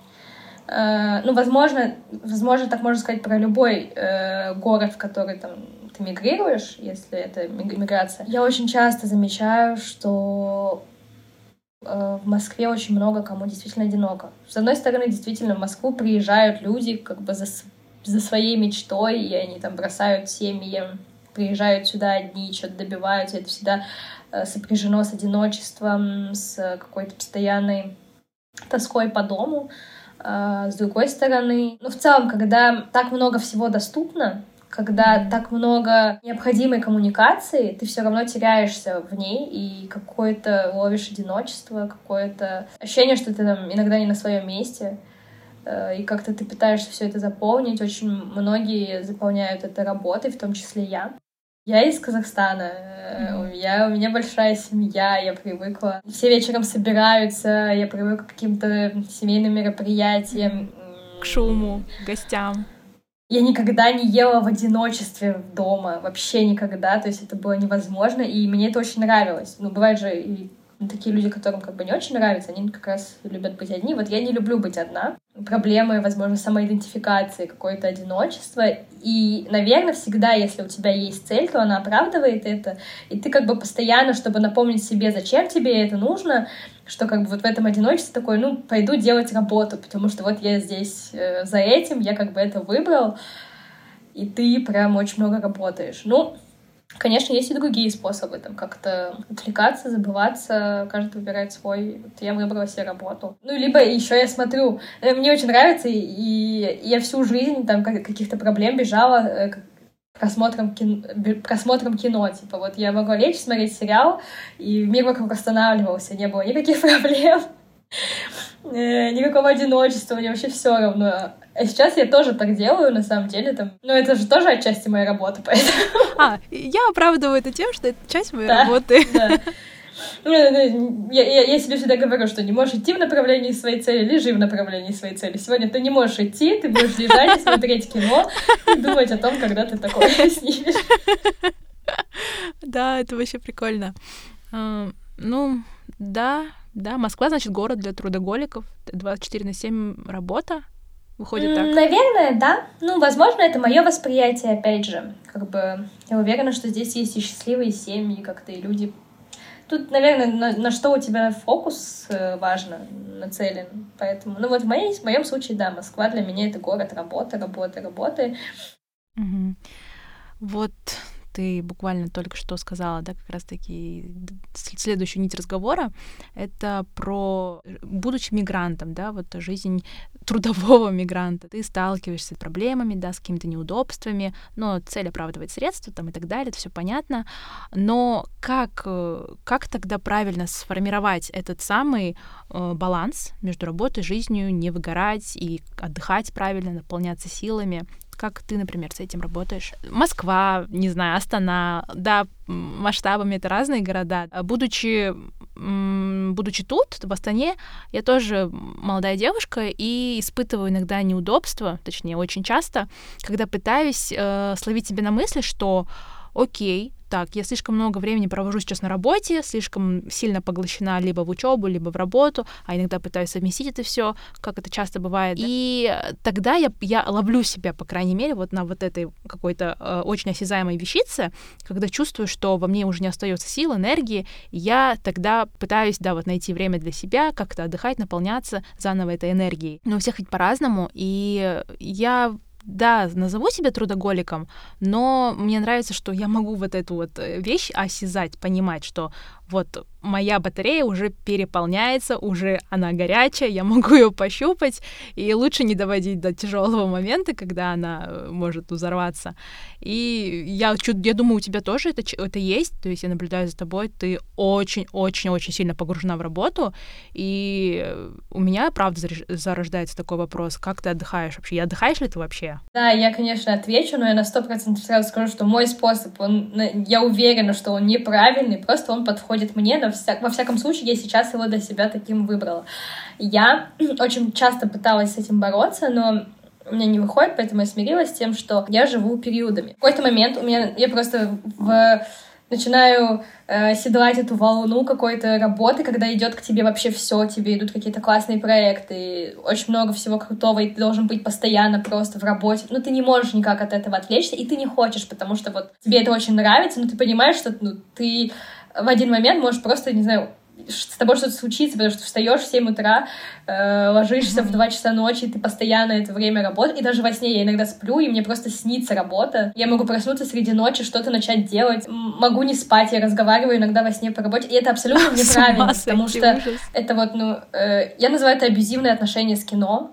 Возможно, так можно сказать про любой город, в который там ты мигрируешь, если это миграция. Я очень часто замечаю, что в Москве очень много кому действительно одиноко. С одной стороны, действительно, в Москву приезжают люди как бы за своей мечтой, и они там бросают семьи, приезжают сюда одни, что-то добиваются. Это всегда сопряжено с одиночеством, с какой-то постоянной тоской по дому. С другой стороны, в целом, когда так много всего доступно, когда так много необходимой коммуникации, ты все равно теряешься в ней, и какое-то ловишь одиночество, какое-то ощущение, что ты там иногда не на своем месте, и как-то ты пытаешься все это заполнить. Очень многие заполняют это работой, в том числе я. Я из Казахстана, у меня большая семья, я привыкла. Все вечером собираются, я привыкла к каким-то семейным мероприятиям. К шуму, к гостям. Я никогда не ела в одиночестве дома, вообще никогда, то есть это было невозможно, и мне это очень нравилось. Бывают же и такие люди, которым как бы не очень нравится, они как раз любят быть одни. Вот я не люблю быть одна. Проблемы, возможно, самоидентификации, какое-то одиночество. И, наверное, всегда, если у тебя есть цель, то она оправдывает это. И ты как бы постоянно, чтобы напомнить себе, зачем тебе это нужно, что как бы вот в этом одиночестве такой, пойду делать работу, потому что вот я здесь за этим, я как бы это выбрал, и ты прям очень много работаешь. Конечно, есть и другие способы, там как-то отвлекаться, забываться, каждый выбирает свой. Вот я выбрала себе работу. Либо еще я смотрю, мне очень нравится, и я всю жизнь там каких-то проблем бежала просмотром кино. Типа вот я могла лечь, смотреть сериал, и мир вокруг останавливался, не было никаких проблем, никакого одиночества, мне вообще все равно. А сейчас я тоже так делаю, на самом деле. Это же тоже отчасти моя работа, поэтому... Я оправдываю это тем, что это часть моей работы. Да. Я себе всегда говорю, что не можешь идти в направлении своей цели, лежи в направлении своей цели. Сегодня ты не можешь идти, ты будешь лежать и смотреть кино и думать о том, когда ты такое снимешь. Да, это вообще прикольно. Да, Москва, значит, город для трудоголиков, 24/7 работа. Выходит так? Наверное, да. Возможно, это мое восприятие, опять же. Как бы я уверена, что здесь есть и счастливые семьи, как-то и люди. Тут, наверное, на что у тебя фокус важно, нацелен. Поэтому, в моем случае, да, Москва для меня — это город работы. Угу. Вот ты буквально только что сказала, да, как раз-таки следующую нить разговора, это про, будучи мигрантом, да, вот жизнь трудового мигранта. Ты сталкиваешься с проблемами, да, с какими-то неудобствами, но цель оправдывает средства там и так далее, это все понятно. Но как тогда правильно сформировать этот самый баланс между работой, жизнью, не выгорать и отдыхать правильно, наполняться силами? Как ты, например, с этим работаешь? Москва, не знаю, Астана, да, масштабами это разные города. Будучи тут, в Астане, я тоже молодая девушка и испытываю иногда неудобства, точнее, очень часто, когда пытаюсь словить себя на мысли, что окей, так, я слишком много времени провожу сейчас на работе, слишком сильно поглощена либо в учебу, либо в работу, а иногда пытаюсь совместить это все, как это часто бывает. И тогда я ловлю себя, по крайней мере, вот на вот этой какой-то очень осязаемой вещице, когда чувствую, что во мне уже не остается сил, энергии, я тогда пытаюсь, да, вот найти время для себя, как-то отдыхать, наполняться заново этой энергией. Но у всех ведь по-разному, и я... Да, назову себя трудоголиком, но мне нравится, что я могу вот эту вот вещь осязать, понимать, что вот моя батарея уже переполняется, уже она горячая, я могу ее пощупать, и лучше не доводить до тяжелого момента, когда она может взорваться. И я думаю, у тебя тоже это есть, то есть я наблюдаю за тобой, ты очень-очень-очень сильно погружена в работу, и у меня, правда, зарождается такой вопрос, как ты отдыхаешь вообще? И отдыхаешь ли ты вообще? Да, я, конечно, отвечу, но я на 100% сразу скажу, что мой способ, я уверена, что он неправильный, просто он подходит мне, но во всяком случае я сейчас его для себя таким выбрала. Я очень часто пыталась с этим бороться, но у меня не выходит, поэтому я смирилась с тем, что я живу периодами. В какой-то момент я просто начинаю седлать эту волну какой-то работы, когда идет к тебе вообще все, тебе идут какие-то классные проекты, очень много всего крутого, и ты должен быть постоянно просто в работе. Ну, ты не можешь никак от этого отвлечься, и ты не хочешь, потому что вот тебе это очень нравится, но ты понимаешь, что ты в один момент можешь просто, не знаю, с тобой что-то случится, потому что встаешь в 7 утра, ложишься в 2 часа ночи, и ты постоянно это время работаешь. И даже во сне я иногда сплю, и мне просто снится работа. Я могу проснуться среди ночи, что-то начать делать. Могу не спать, я разговариваю иногда во сне по работе. И это абсолютно неправильно, потому что это вот, я называю это абьюзивное отношение с кино.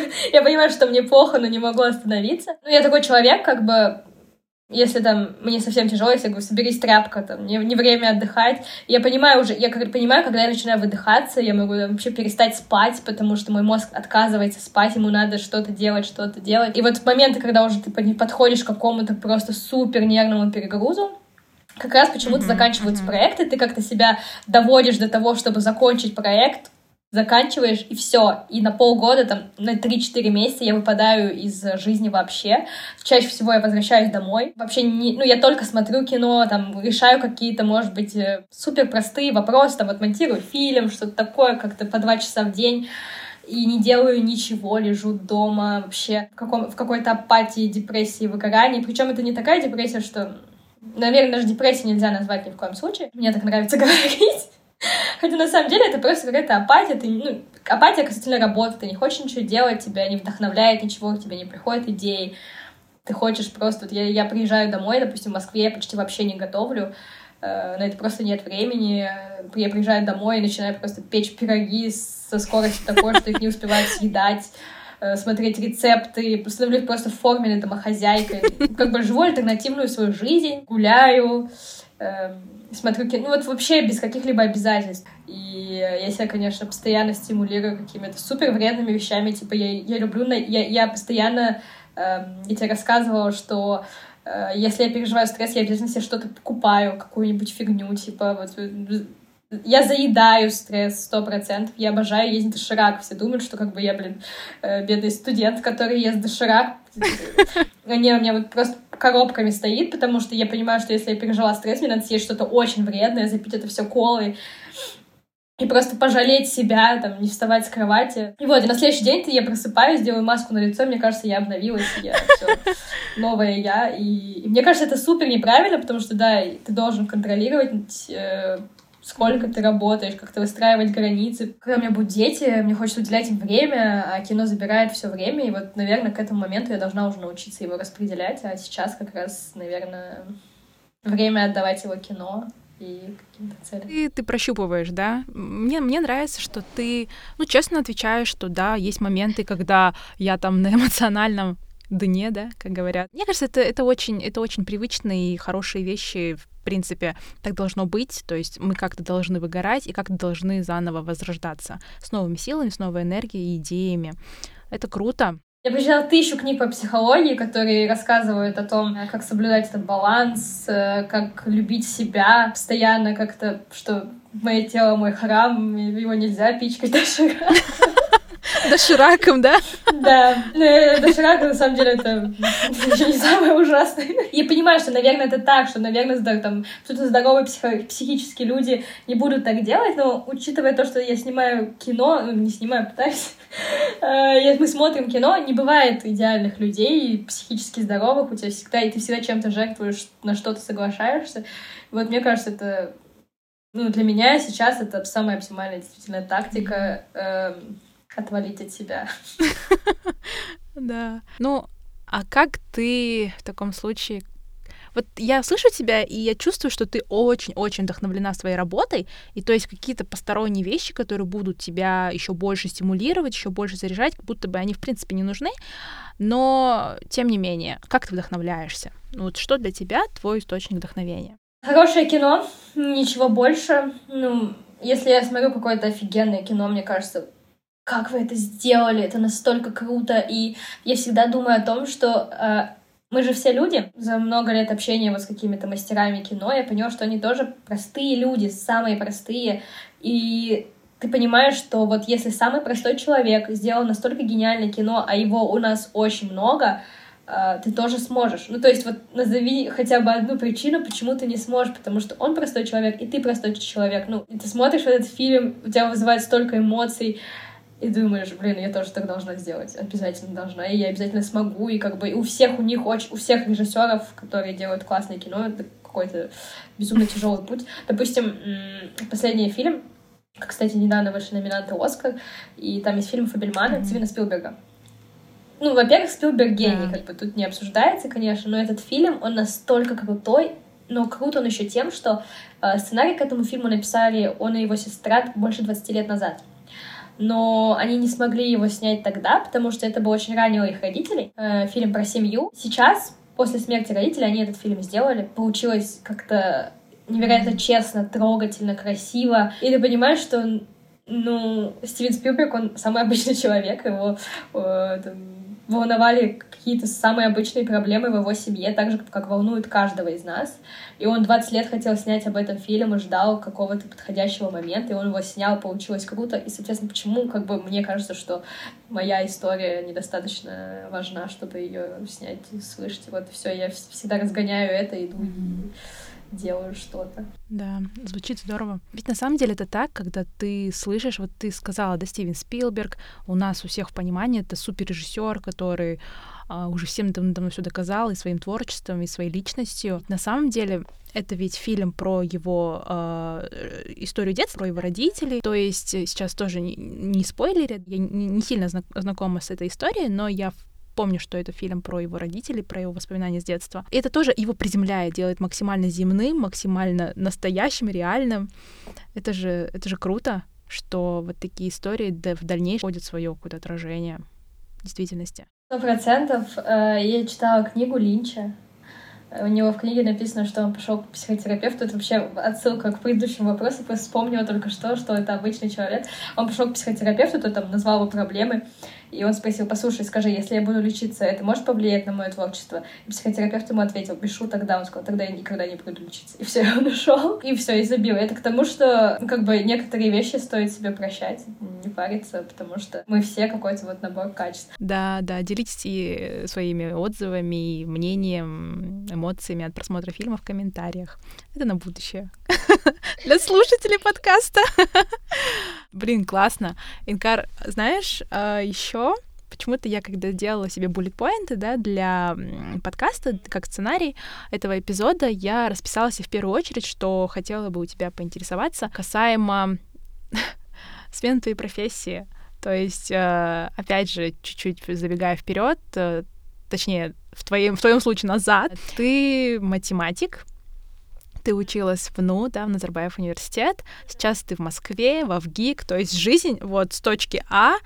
Я понимаю, что мне плохо, но не могу остановиться. Ну, я такой человек, как бы, если там мне совсем тяжело, я говорю, соберись, тряпка, там, не время отдыхать. Я понимаю, когда я начинаю выдыхаться, я могу вообще перестать спать, потому что мой мозг отказывается спать, ему надо что-то делать. И вот в моменты, когда уже ты подходишь к какому-то просто супер нервному перегрузу, как раз почему-то заканчиваются проекты, ты как-то себя доводишь до того, чтобы закончить проект, заканчиваешь, и все. И на полгода, там, на 3-4 месяца я выпадаю из жизни вообще. Чаще всего я возвращаюсь домой. Вообще, я только смотрю кино, там, решаю какие-то, может быть, супер простые вопросы, там, вот монтирую фильм, что-то такое, как-то по 2 часа в день. И не делаю ничего, лежу дома вообще в какой-то апатии, депрессии, выгорании. Причем это не такая депрессия, что... Наверное, даже депрессию нельзя назвать ни в коем случае. Мне так нравится говорить. Хотя на самом деле это просто какая-то апатия. Апатия касательно работы. Ты не хочешь ничего делать, тебя не вдохновляет ничего, к тебе не приходят идеи. Ты хочешь просто... Вот я приезжаю домой, допустим, в Москве я почти вообще не готовлю. На это просто нет времени. Я приезжаю домой и начинаю просто печь пироги со скоростью такой, что их не успеваю съедать, смотреть рецепты, становлюсь просто форменной домохозяйкой. Как бы живу альтернативную свою жизнь, гуляю, смотрю кино, вот вообще без каких-либо обязательств. И я себя, конечно, постоянно стимулирую какими-то супер вредными вещами, типа я люблю, я постоянно, я тебе рассказывала, что если я переживаю стресс, я обязательно себе что-то покупаю, какую-нибудь фигню, типа вот... Я заедаю стресс 100%. Я обожаю есть доширак. Все думают, что как бы я, бедный студент, который ест доширак. Не, у меня вот просто коробками стоит, потому что я понимаю, что если я пережила стресс, мне надо съесть что-то очень вредное, запить это все колой и просто пожалеть себя, там, не вставать с кровати. И вот, и на следующий день я просыпаюсь, делаю маску на лицо, мне кажется, я обновилась, я все новая я. И мне кажется, это супер неправильно, потому что, да, ты должен контролировать сколько ты работаешь, как-то выстраивать границы. Когда у меня будут дети, мне хочется уделять им время, а кино забирает все время, и вот, наверное, к этому моменту я должна уже научиться его распределять, а сейчас как раз, наверное, время отдавать его кино и каким-то целям. Ты прощупываешь, да? Мне нравится, что ты, честно отвечаешь, что да, есть моменты, когда я там на эмоциональном дне, да, как говорят. Мне кажется, это очень привычные и хорошие вещи. В принципе, так должно быть. То есть мы как-то должны выгорать и как-то должны заново возрождаться с новыми силами, с новой энергией и идеями. Это круто. Я прочитала 1000 книг по психологии, которые рассказывают о том, как соблюдать этот баланс, как любить себя постоянно, как-то, что мое тело мой храм, его нельзя пичкать дошираком. Дошираком, да? Да, доширак, на самом деле, это еще не самое ужасное. Я понимаю, что, наверное, это так, что, наверное, там кто-то здоровые психически люди не будут так делать, но учитывая то, что я снимаю кино, не снимаю, пытаюсь, мы смотрим кино, не бывает идеальных людей, психически здоровых, у тебя всегда, и ты всегда чем-то жертвуешь, на что-то соглашаешься. Вот мне кажется, это, для меня сейчас это самая оптимальная действительно тактика отвалить от себя. Да. А как ты в таком случае... Вот я слышу тебя, и я чувствую, что ты очень-очень вдохновлена своей работой, и то есть какие-то посторонние вещи, которые будут тебя еще больше стимулировать, еще больше заряжать, как будто бы они, в принципе, не нужны, но, тем не менее, как ты вдохновляешься? Вот что для тебя твой источник вдохновения? Хорошее кино, ничего больше. Если я смотрю какое-то офигенное кино, мне кажется, как вы это сделали, это настолько круто, и я всегда думаю о том, что мы же все люди. За много лет общения вот с какими-то мастерами кино я поняла, что они тоже простые люди, самые простые, и ты понимаешь, что вот если самый простой человек сделал настолько гениальное кино, а его у нас очень много, ты тоже сможешь. Ну, то есть вот назови хотя бы одну причину, почему ты не сможешь, потому что он простой человек, и ты простой человек. Ну, и ты смотришь этот фильм, у тебя вызывает столько эмоций, и думаешь, блин, я тоже так должна сделать, обязательно должна, и я обязательно смогу, и как бы у всех у всех режиссеров, которые делают классное кино, это какой-то безумно тяжелый путь. Допустим, последний фильм, кстати, недавно вышли номинанты «Оскар», и там есть фильм Фабельмана Стивена Спилберга. Ну, во-первых, Спилберг гений, как бы тут не обсуждается, конечно, но этот фильм, он настолько крутой, но крут он еще тем, что сценарий к этому фильму написали он и его сестра больше 20 лет назад. Но они не смогли его снять тогда, потому что это бы очень ранило их родителей. Фильм про семью. Сейчас, после смерти родителей, они этот фильм сделали. Получилось как-то невероятно честно, трогательно, красиво. И ты понимаешь, что, ну, Стивен Спилберг, он самый обычный человек, его волновали какие-то самые обычные проблемы в его семье, так же, как волнует каждого из нас. И он 20 лет хотел снять об этом фильм и ждал какого-то подходящего момента, и он его снял, получилось круто. И, соответственно, почему, как бы, мне кажется, что моя история недостаточно важна, чтобы ее снять и слышать. И вот все, я всегда разгоняю это, иду и делаю что-то. Да, звучит здорово. Ведь на самом деле это так, когда ты слышишь, вот ты сказала, да, Стивен Спилберг, у нас у всех в понимании это суперрежиссер, который уже всем давно все доказал и своим творчеством, и своей личностью. На самом деле это ведь фильм про его историю детства, про его родителей. То есть сейчас тоже не спойлерят, я не сильно знакома с этой историей, но я помню, что это фильм про его родителей, про его воспоминания с детства. И это тоже его приземляет, делает максимально земным, максимально настоящим, реальным. Это же круто, что вот такие истории в дальнейшем входят в свое какое-то отражение в действительности. 100%. Я читала книгу Линча. У него в книге написано, что он пошел к психотерапевту. Это вообще отсылка к предыдущему вопросу. Я вспомнила только что это обычный человек. Он пошел к психотерапевту, тот там назвал его проблемы. И он спросил: послушай, скажи, если я буду лечиться, это может повлиять на мое творчество? И психотерапевт ему ответил: пишу тогда. Он сказал: тогда я никогда не буду лечиться. И все, он ушел. И все, и забил. Это к тому, что как бы некоторые вещи стоит себе прощать, не париться, потому что мы все какой-то вот набор качеств. Да, делитесь и своими отзывами, и мнением, эмоциями от просмотра фильма в комментариях. Это на будущее. Для слушателей подкаста. Блин, классно. Инкар, знаешь, еще почему-то я, когда делала себе буллет-поинты, да, для подкаста, как сценарий этого эпизода, я расписала себе в первую очередь, что хотела бы у тебя поинтересоваться касаемо смены твоей профессии. То есть, опять же, чуть-чуть забегая вперед, точнее, в твоем случае назад, ты математик, ты училась в НУ, да, в Назарбаев университет, сейчас ты в Москве, в ВГИК, то есть жизнь вот с точки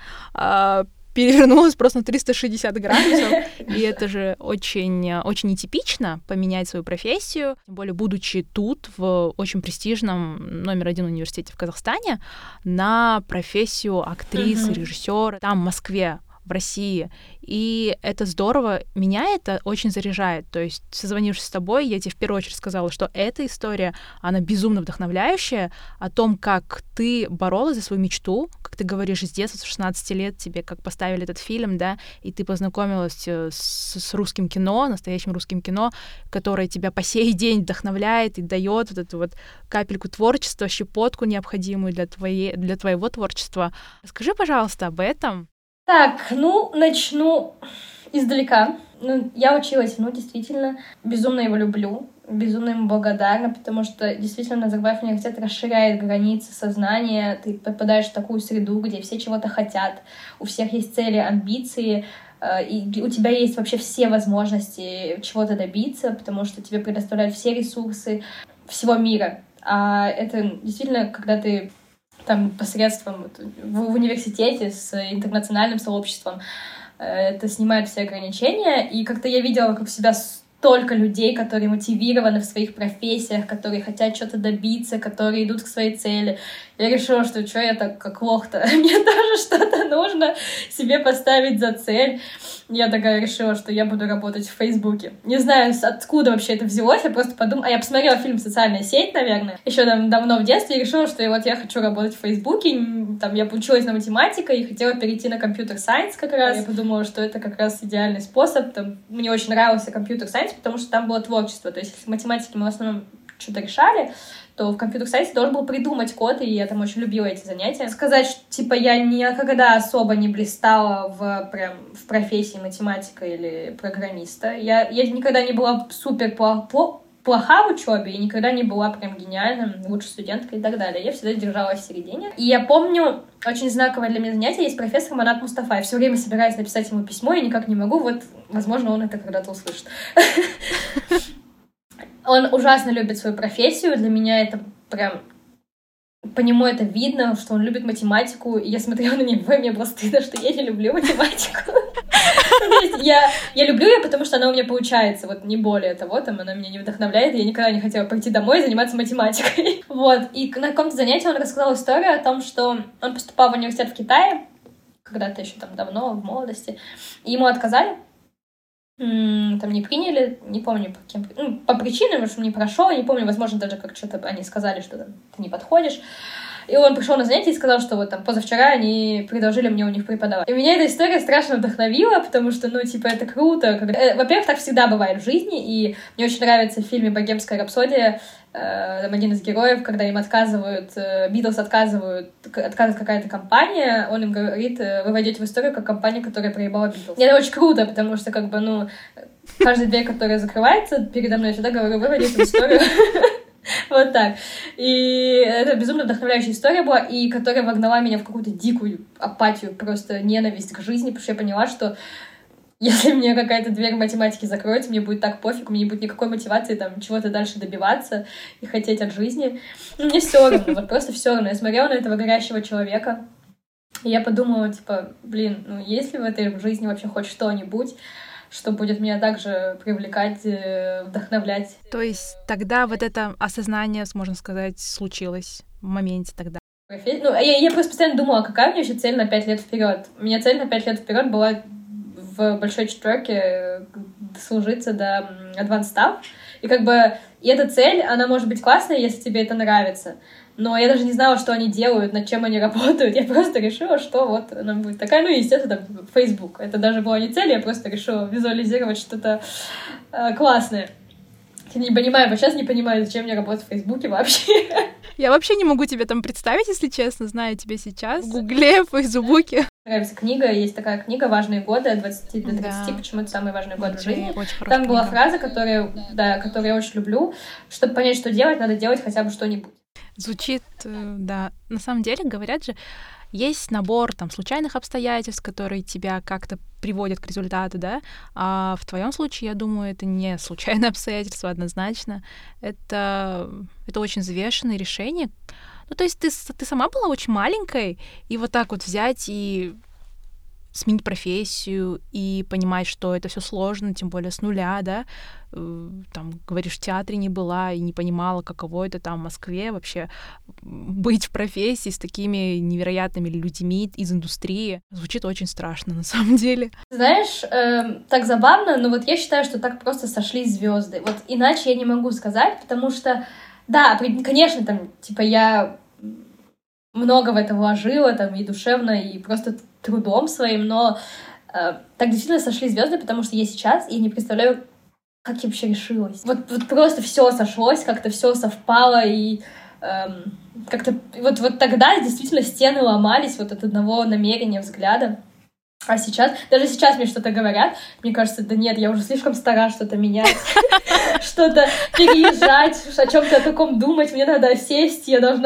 А перевернулась просто на 360 градусов, и это же очень, очень нетипично поменять свою профессию, тем более будучи тут, в очень престижном №1 университете в Казахстане, на профессию актрисы, режиссера, там, в Москве, в России. И это здорово. Меня это очень заряжает. То есть, созвонившись с тобой, я тебе в первую очередь сказала, что эта история, она безумно вдохновляющая, о том, как ты боролась за свою мечту, как ты говоришь, с детства, с 16 лет тебе как поставили этот фильм, да, и ты познакомилась с русским кино, настоящим русским кино, которое тебя по сей день вдохновляет и дает вот эту вот капельку творчества, щепотку необходимую для твоего творчества. Расскажи, пожалуйста, об этом. Так, начну издалека. Я училась, действительно, безумно его люблю, безумно ему благодарна, потому что действительно Назарбаев университет расширяет границы сознания, ты попадаешь в такую среду, где все чего-то хотят, у всех есть цели, амбиции, и у тебя есть вообще все возможности чего-то добиться, потому что тебе предоставляют все ресурсы всего мира. А это действительно, когда ты там посредством в университете с интернациональным сообществом, это снимает все ограничения, и как-то я видела вокруг себя только людей, которые мотивированы в своих профессиях, которые хотят что-то добиться, которые идут к своей цели. Я решила, что я так как лох-то, мне тоже что-то нужно себе поставить за цель. Я такая решила, что я буду работать в Фейсбуке. Не знаю, откуда вообще это взялось, я просто подумала... я посмотрела фильм «Социальная сеть», наверное, еще там давно в детстве, и решила, что вот я хочу работать в Фейсбуке. Там я училась на математика и хотела перейти на компьютер-сайенс как раз. Я подумала, что это как раз идеальный способ. Там, мне очень нравился компьютер-сайенс, потому что там было творчество. То есть, если в математике мы в основном что-то решали, то в компьютер-сайенсе должен был придумать код, и я там очень любила эти занятия. Сказать, что, типа, я никогда особо не блистала в профессии математика или программиста. Я никогда не была супер плоха в учебе и никогда не была прям гениальным, лучшей студенткой и так далее. Я всегда держалась в середине. И я помню, очень знаковое для меня занятие есть профессор Манат Мустафа. Я все время собираюсь написать ему письмо, и никак не могу. Вот, возможно, он это когда-то услышит. Он ужасно любит свою профессию. Для меня это прям... По нему это видно, что он любит математику. И я смотрела на него, и мне было стыдно, что я не люблю математику. Я люблю ее, потому что она у меня получается. Вот не более того, там она меня не вдохновляет. Я никогда не хотела пойти домой и заниматься математикой. Вот. И на каком-то занятии он рассказал историю о том, что он поступал в университет в Китае, когда-то еще там давно, в молодости, и ему отказали. Там не приняли, не помню по каким... по причинам, что он не прошел, не помню, возможно, даже как что-то они сказали, что там, ты не подходишь. И он пришел на занятие и сказал, что вот там позавчера они предложили мне у них преподавать. И меня эта история страшно вдохновила, потому что, это круто. Во-первых, так всегда бывает в жизни, и мне очень нравится в фильме «Богемская рапсодия», там один из героев, когда им отказывают, Битлз отказывает какая-то компания, он им говорит, вы войдете в историю как компания, которая проебала Битлз. И это очень круто, потому что, каждая дверь, которая закрывается передо мной, я всегда говорю, вы войдете в историю. Вот так. И это безумно вдохновляющая история была, и которая вогнала меня в какую-то дикую апатию, просто ненависть к жизни, потому что я поняла, что если мне какая-то дверь математики закроется, мне будет так пофиг, у меня не будет никакой мотивации там чего-то дальше добиваться и хотеть от жизни. Мне все равно, вот просто все равно. Я смотрела на этого горящего человека, и я подумала, есть ли в этой жизни вообще хоть что-нибудь, что будет меня также привлекать, вдохновлять. То есть тогда вот это осознание, можно сказать, случилось в моменте тогда? Я просто постоянно думала, какая у меня еще цель на 5 лет вперед. У меня цель на 5 лет вперед была в большой четверке служиться до Advanced Staff. И эта цель, она может быть классная, если тебе это нравится. Но я даже не знала, что они делают, над чем они работают. Я просто решила, что вот она будет такая. Естественно, там, Facebook. Это даже была не цель, я просто решила визуализировать что-то классное. Я не понимаю, сейчас не понимаю, зачем мне работать в Фейсбуке вообще. Я вообще не могу тебе там представить, если честно, знаю тебя сейчас. В Гугле, в Фейсбуке. Нравится книга, есть такая книга «Важные годы» от 20 до 30, почему это самый важный год в жизни. Там была фраза, которую я очень люблю. Чтобы понять, что делать, надо делать хотя бы что-нибудь. Звучит, да. На самом деле, говорят же, есть набор там случайных обстоятельств, которые тебя как-то приводят к результату, да, а в твоем случае, я думаю, это не случайное обстоятельство однозначно, это очень взвешенное решение. То есть ты сама была очень маленькой, и вот так вот взять и сменить профессию и понимать, что это все сложно, тем более с нуля, да, там, говоришь, в театре не была и не понимала, каково это там в Москве вообще быть в профессии с такими невероятными людьми из индустрии. Звучит очень страшно, на самом деле. Знаешь, так забавно, но вот я считаю, что так просто сошлись звезды. Вот иначе я не могу сказать, потому что, да, конечно, там, я много в это вложила, там, и душевно, и просто трудом своим, но так действительно сошли звезды, потому что я сейчас, я не представляю, как я вообще решилась. Вот просто все сошлось, как-то все совпало, и как-то вот тогда действительно стены ломались вот от одного намерения, взгляда. А сейчас, даже сейчас мне что-то говорят, мне кажется, да нет, я уже слишком стара что-то менять, что-то переезжать, о чем-то таком думать, мне надо сесть,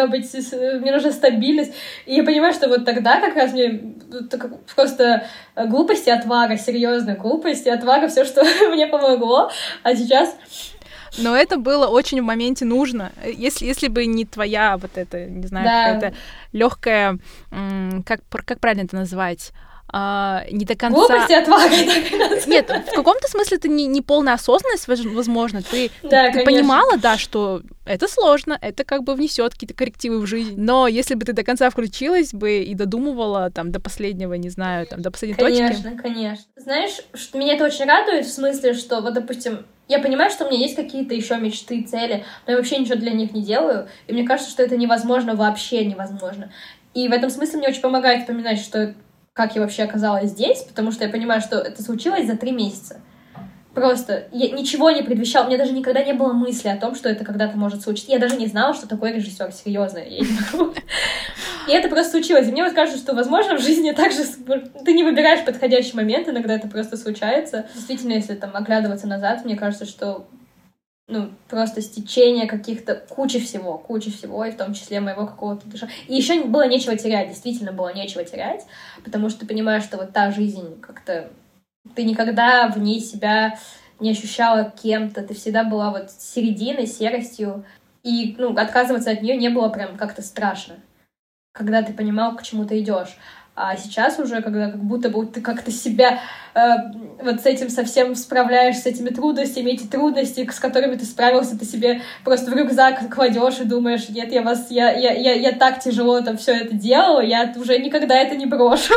мне нужна стабильность. И я понимаю, что вот тогда как раз мне просто глупость и отвага, серьезно, глупость и отвага, все, что мне помогло, а сейчас... Но это было очень в моменте нужно. Если бы не твоя вот эта, не знаю, какая-то легкая, как правильно это назвать, не до конца... Глупость и отвага. Нет, в каком-то смысле это не полная осознанность, возможно. Ты понимала, да, что это сложно, это как бы внесет какие-то коррективы в жизнь. Но если бы ты до конца включилась бы и додумывала там до последнего, не знаю, там до последней точки... Конечно. Знаешь, что меня это очень радует, в смысле, что вот, допустим, я понимаю, что у меня есть какие-то еще мечты, цели, но я вообще ничего для них не делаю, и мне кажется, что это невозможно, вообще невозможно. И в этом смысле мне очень помогает вспоминать, что как я вообще оказалась здесь, потому что я понимаю, что это случилось за 3 месяца. Просто я ничего не предвещала, у меня даже никогда не было мысли о том, что это когда-то может случиться. Я даже не знала, что такой режиссер, серьезно. И это просто случилось. И мне вот кажется, что, возможно, в жизни также ты не выбираешь подходящий момент, иногда это просто случается. Действительно, если там оглядываться назад, мне кажется, что просто стечение каких-то кучи всего, и в том числе моего какого-то душа. И еще было нечего терять, действительно было нечего терять, потому что ты понимаешь, что вот та жизнь как-то... Ты никогда в ней себя не ощущала кем-то, ты всегда была вот серединой, серостью, и, отказываться от нее не было прям как-то страшно, когда ты понимал, к чему ты идешь. А сейчас уже, когда как будто бы ты как-то себя вот с этим совсем справляешь, с этими трудностями, эти трудности, с которыми ты справился, ты себе просто в рюкзак кладешь и думаешь, нет, я так тяжело там все это делала, я уже никогда это не брошу.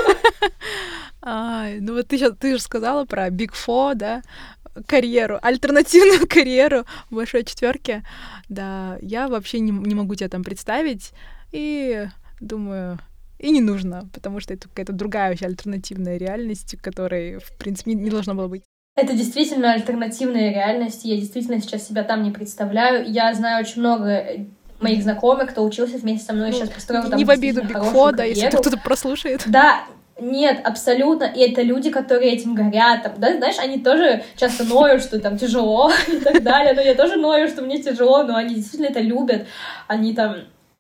Вот ты же сказала про Big Four, да, карьеру, альтернативную карьеру в большой четверке. Да, я вообще не могу тебя там представить, и думаю... И не нужно, потому что это какая-то другая вообще альтернативная реальность, которой, в принципе, не должно было быть. Это действительно альтернативная реальность, я действительно сейчас себя там не представляю. Я знаю очень много моих знакомых, кто учился вместе со мной, сейчас построил там не в обиду Big Four, да, если кто-то прослушает. Да, нет, абсолютно. И это люди, которые этим горят. Там, да, знаешь, они тоже часто ноют, что там тяжело и так далее. Но я тоже ною, что мне тяжело, но они действительно это любят. Они там...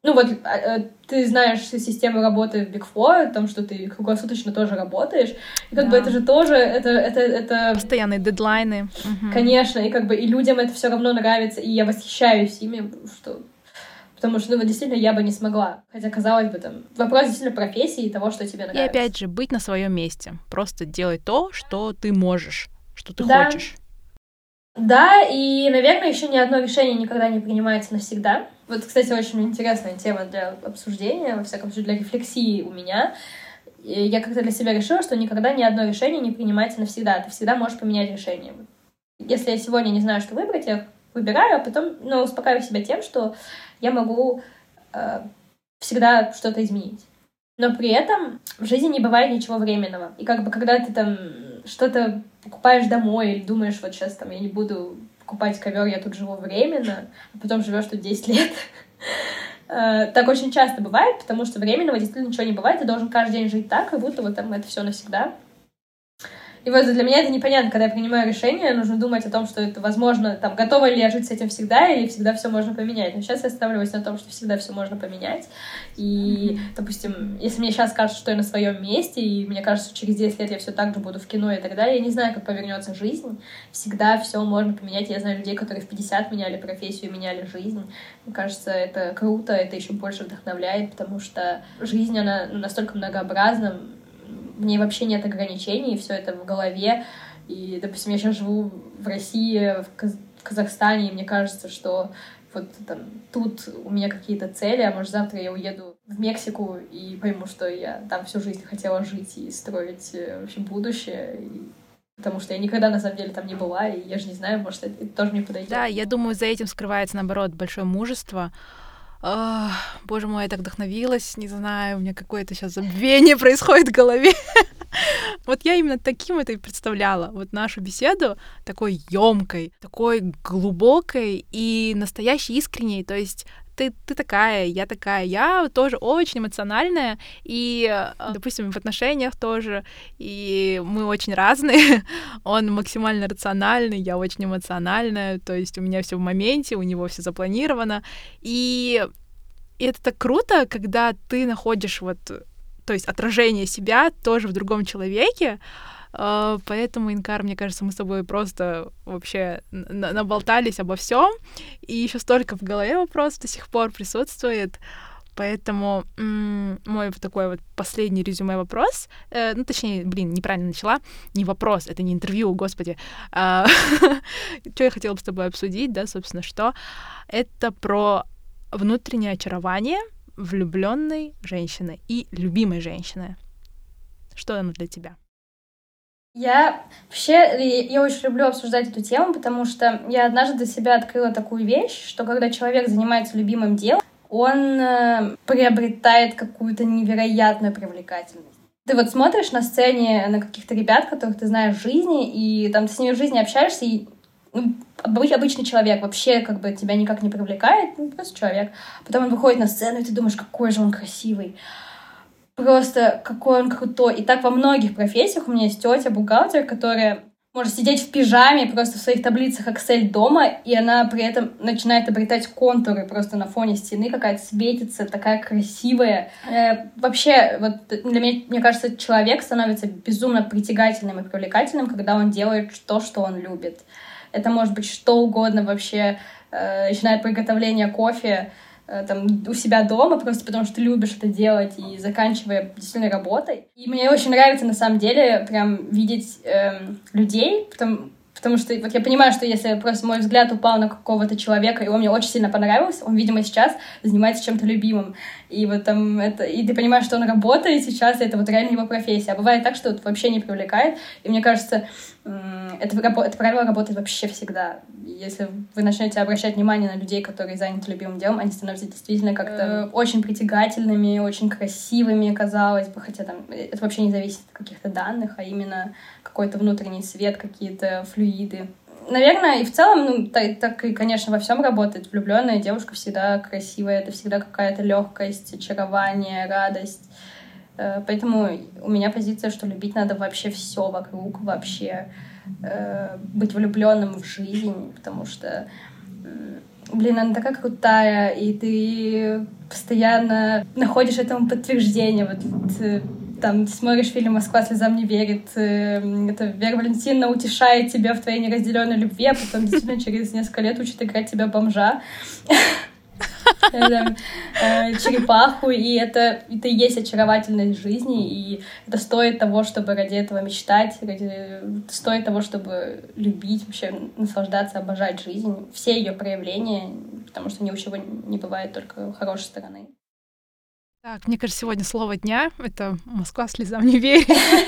ты знаешь систему работы в Big Four, о том, что ты круглосуточно тоже работаешь, и как бы это же тоже, это... Постоянные дедлайны. Конечно, и как бы и людям это все равно нравится, и я восхищаюсь ими, потому что, действительно, я бы не смогла. Хотя, казалось бы, там, вопрос действительно профессии и того, что тебе нравится. И опять же, быть на своем месте. Просто делай то, что ты можешь, что ты хочешь. Да, и, наверное, еще ни одно решение никогда не принимается навсегда. Вот, кстати, очень интересная тема для обсуждения, во всяком случае, для рефлексии у меня. И я как-то для себя решила, что никогда ни одно решение не принимается навсегда. Ты всегда можешь поменять решение. Если я сегодня не знаю, что выбрать, я выбираю, а потом успокаиваю себя тем, что я могу всегда что-то изменить. Но при этом в жизни не бывает ничего временного. И как бы когда ты там что-то покупаешь домой или думаешь, вот сейчас там я не буду покупать ковер, я тут живу временно, а потом живешь тут 10 лет. Так очень часто бывает, потому что временного действительно ничего не бывает, ты должен каждый день жить так, как будто вот там это все навсегда. И вот для меня это непонятно, когда я принимаю решение, нужно думать о том, что это возможно, там, готова ли я жить с этим всегда, или всегда все можно поменять. Но сейчас я останавливаюсь на том, что всегда все можно поменять. И, допустим, если мне сейчас кажется, что я на своем месте, и мне кажется, что через 10 лет я все так же буду в кино и так далее, я не знаю, как повернется жизнь. Всегда все можно поменять. Я знаю людей, которые в 50 меняли профессию, меняли жизнь. Мне кажется, это круто, это еще больше вдохновляет, потому что жизнь, она настолько многообразна, в ней вообще нет ограничений, все это в голове. И, допустим, я сейчас живу в России, в Казахстане, и мне кажется, что вот там тут у меня какие-то цели, а может завтра я уеду в Мексику и пойму, что я там всю жизнь хотела жить и строить вообще будущее. Потому что я никогда, на самом деле, там не была, и я же не знаю, может, это тоже мне подойдет. Да, я думаю, за этим скрывается, наоборот, большое мужество. Боже мой, я так вдохновилась, не знаю, у меня какое-то сейчас забвение происходит в голове. Вот я именно таким это и представляла. Вот нашу беседу такой ёмкой, такой глубокой и настоящей, искренней. То есть ты такая, я тоже очень эмоциональная, и, допустим, в отношениях тоже, и мы очень разные, он максимально рациональный, я очень эмоциональная, то есть у меня все в моменте, у него все запланировано, и это так круто, когда ты находишь вот, то есть отражение себя тоже в другом человеке. Поэтому, Инкар, мне кажется, мы с тобой просто вообще наболтались обо всем, и еще столько в голове вопросов до сих пор присутствует. Поэтому мой такой вот последний резюме вопрос, точнее, неправильно начала, не вопрос, это не интервью, господи. Что я хотела бы с тобой обсудить, да, собственно, что? Это про внутреннее очарование влюбленной женщины и любимой женщины. Что оно для тебя? Я очень люблю обсуждать эту тему, потому что я однажды для себя открыла такую вещь, что когда человек занимается любимым делом, он приобретает какую-то невероятную привлекательность. Ты вот смотришь на сцене на каких-то ребят, которых ты знаешь в жизни, и там ты с ними в жизни общаешься, и обычный человек вообще как бы тебя никак не привлекает, просто человек. Потом он выходит на сцену, и ты думаешь, какой же он красивый. Просто какой он крутой. И так во многих профессиях. У меня есть тетя, бухгалтер, которая может сидеть в пижаме просто в своих таблицах Excel дома, и она при этом начинает обретать контуры просто на фоне стены, какая-то светится, такая красивая. Вообще, вот для меня, мне кажется, человек становится безумно притягательным и привлекательным, когда он делает то, что он любит. Это может быть что угодно вообще, начиная от приготовления кофе, там, у себя дома, просто потому что ты любишь это делать, и заканчивая действительно работой. И мне очень нравится, на самом деле, прям видеть людей, потому что вот я понимаю, что если просто мой взгляд упал на какого-то человека, и он мне очень сильно понравился, он, видимо, сейчас занимается чем-то любимым. И вот там и ты понимаешь, что он работает сейчас, и это вот реально его профессия. А бывает так, что это вообще не привлекает. И мне кажется, это правило работает вообще всегда. Если вы начнете обращать внимание на людей, которые заняты любимым делом, они становятся действительно как-то очень притягательными, очень красивыми, казалось бы, хотя там это вообще не зависит от каких-то данных, а именно какой-то внутренний свет, какие-то флюиды. Наверное, и в целом, так и, конечно, во всем работает. Влюбленная девушка всегда красивая, это всегда какая-то легкость, очарование, радость. Поэтому у меня позиция, что любить надо вообще все вокруг, вообще быть влюбленным в жизнь, потому что, она такая крутая, и ты постоянно находишь этому подтверждение. Вот там смотришь фильм «Москва слезам не верит», это Вера Валентиновна утешает тебя в твоей неразделенной любви, а потом действительно через несколько лет учит играть тебя бомжа. Черепаху, и это и есть очаровательность жизни, и это стоит того, чтобы ради этого мечтать, стоит того, чтобы любить, вообще наслаждаться, обожать жизнь, все ее проявления, потому что ни у чего не бывает только хорошей стороны. Так, мне кажется, сегодня слово дня — это «Москва слезам не верит».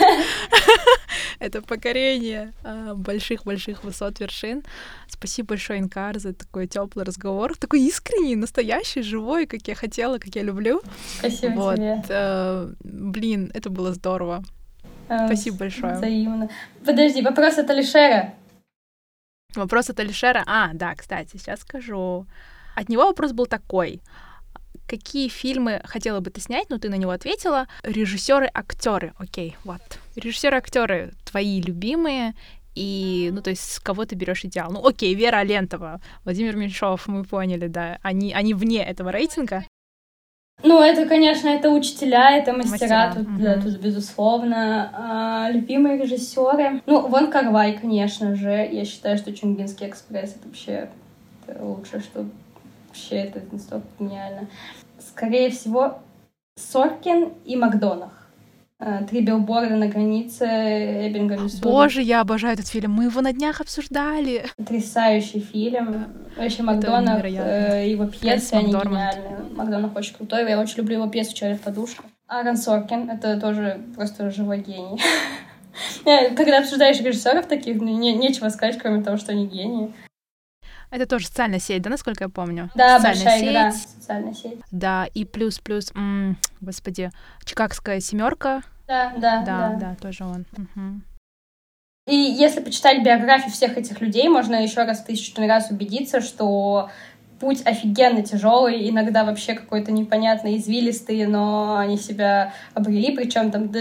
Это покорение больших-больших высот, вершин. Спасибо большое, Инкар, за такой теплый разговор. Такой искренний, настоящий, живой, как я хотела, как я люблю. Спасибо тебе. Это было здорово. Спасибо большое. Взаимно. Подожди, вопрос от Алишера. Вопрос от Алишера? Да, кстати, сейчас скажу. От него вопрос был такой. Какие фильмы хотела бы ты снять, но ты на него ответила. Режиссеры, актеры. Окей, вот. Режиссеры, актеры твои любимые. И, то есть, с кого ты берешь идеал? Окей, Вера Алентова, Владимир Меньшов, мы поняли, да. Они вне этого рейтинга. Это, конечно, это учителя, это мастера. Тут безусловно. Любимые режиссеры. Вон Кар-вай, конечно же. Я считаю, что «Чунгинский экспресс» — это вообще лучшее, что... Вообще, это настолько гениально. Скорее всего, Соркин и Макдонах. «Три билборда на границе», Эббинга, Миссури. Боже, я обожаю этот фильм. Мы его на днях обсуждали. Потрясающий фильм. Вообще, Макдонах, его пьесы, они гениальные. Макдонах очень крутой. Я очень люблю его пьесу «Человек в подушке». Аарон Соркин — это тоже просто живой гений. Когда обсуждаешь режиссеров таких, нечего сказать, кроме того, что они гении. Это тоже социальная сеть, да, насколько я помню? Да, большая социальная сеть. Да, и плюс, господи, «Чикагская семерка». Да, тоже он. Угу. И если почитать биографии всех этих людей, можно еще раз 1000 раз убедиться, что путь офигенно тяжелый, иногда вообще какой-то непонятный, извилистый, но они себя обрели, причем там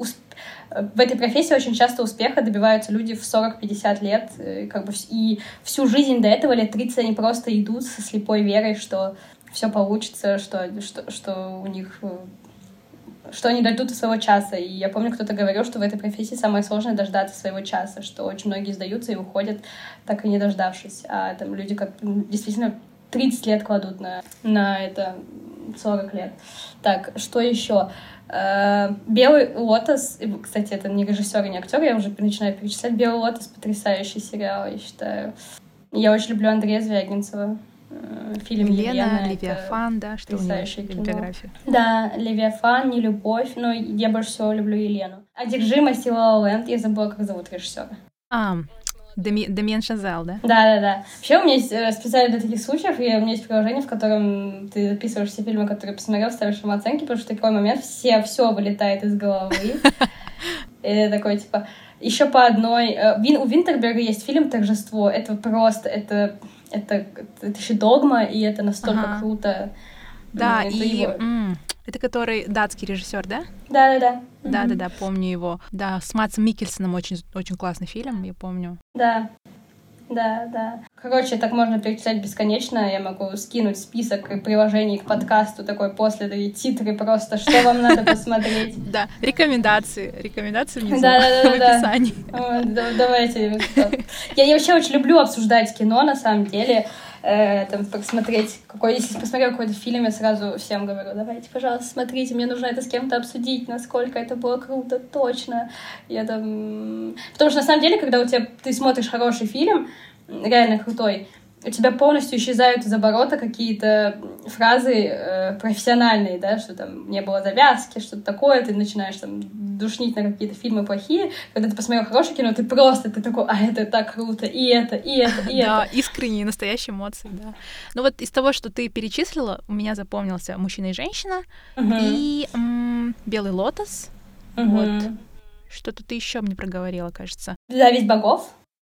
в этой профессии очень часто успеха добиваются люди в 40-50 лет, и всю жизнь до этого, лет 30, они просто идут со слепой верой, что все получится, что у них... что они дойдут до своего часа. И я помню, кто-то говорил, что в этой профессии самое сложное — дождаться своего часа, что очень многие сдаются и уходят, так и не дождавшись. А там люди как действительно 30 лет кладут на 40 лет. Так, что еще? «Белый лотос», кстати, это не режиссер и не актер, я уже начинаю перечислять. «Белый лотос» — потрясающий сериал, я считаю. Я очень люблю Андрея Звягинцева. Фильм «Елена», Левиафан, да, что у нее биография. Да, «Левиафан», «Нелюбовь», но я больше всего люблю Елену. «Одержимость» и «Ла Ла Ленд», я забыла, как зовут режиссера. Дамиен Шазел, да? Да. Вообще у меня есть специально для таких случаев, и у меня есть приложение, в котором ты записываешь все фильмы, которые посмотрел, ставишь им оценки, потому что в такой момент все вылетает из головы. И такой, типа, еще по одной... У Винтерберга есть фильм «Торжество». Это просто... Это еще «Догма», и это настолько круто. Да, это который датский режиссер, да? Да. Да, помню его. Да, с Мадсом Миккельсеном очень классный фильм, я помню. Да. Короче, так можно перечислять бесконечно. Я могу скинуть список приложений к подкасту такой после, и титры просто, что вам надо посмотреть. Да, рекомендации внизу в описании. Давайте. Я вообще очень люблю обсуждать кино, на самом деле. Посмотреть, если посмотрел какой-то фильм, я сразу всем говорю: давайте, пожалуйста, смотрите, мне нужно это с кем-то обсудить, насколько это было круто, точно. Потому что, на самом деле, когда ты смотришь хороший фильм, реально крутой, у тебя полностью исчезают из оборота какие-то фразы профессиональные, да, что там не было завязки, что-то такое, ты начинаешь там душнить на какие-то фильмы плохие. Когда ты посмотрел хорошее кино, ты такой: это так круто, и это. Да, искренние, настоящие эмоции, да. Ну вот из того, что ты перечислила, у меня запомнился «Мужчина и женщина» и «Белый лотос». Вот. Что-то ты еще мне проговорила, кажется. «Зависть богов».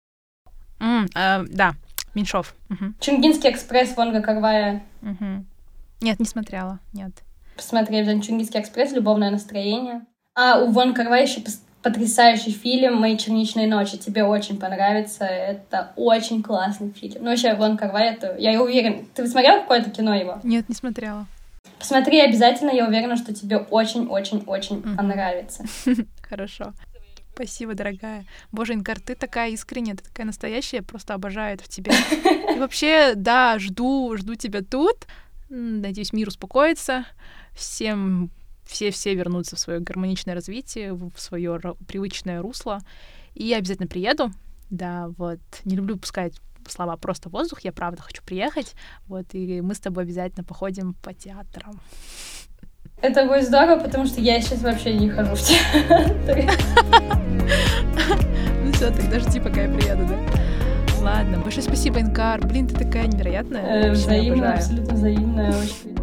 Да. Меньшов. «Чунгинский экспресс» Вонга Кар-вая. Нет, не смотрела, нет. Посмотри обязательно «Чунгинский экспресс», «Любовное настроение». У Вонга Кар-вая еще потрясающий фильм «Мои черничные ночи». Тебе очень понравится. Это очень классный фильм. Ну, вообще, Вонга Кар-вай, я уверена... Ты смотрела какое-то кино его? Нет, не смотрела. Посмотри обязательно, я уверена, что тебе очень-очень-очень понравится. Хорошо. Спасибо, дорогая. Боже, Инкар, ты такая искренняя, ты такая настоящая, я просто обожаю это в тебе. И вообще, да, жду тебя тут. Надеюсь, мир успокоится. Все вернутся в свое гармоничное развитие, в свое привычное русло. И я обязательно приеду. Да, вот. Не люблю пускать слова просто в воздух. Я правда хочу приехать. Вот, и мы с тобой обязательно походим по театрам. Это будет здорово, потому что я сейчас вообще не хожу в театр. Ну все, тогда жди, пока я приеду, да? Ладно, большое спасибо, Инкар. Блин, ты такая невероятная. Взаимно, абсолютно взаимная. Очень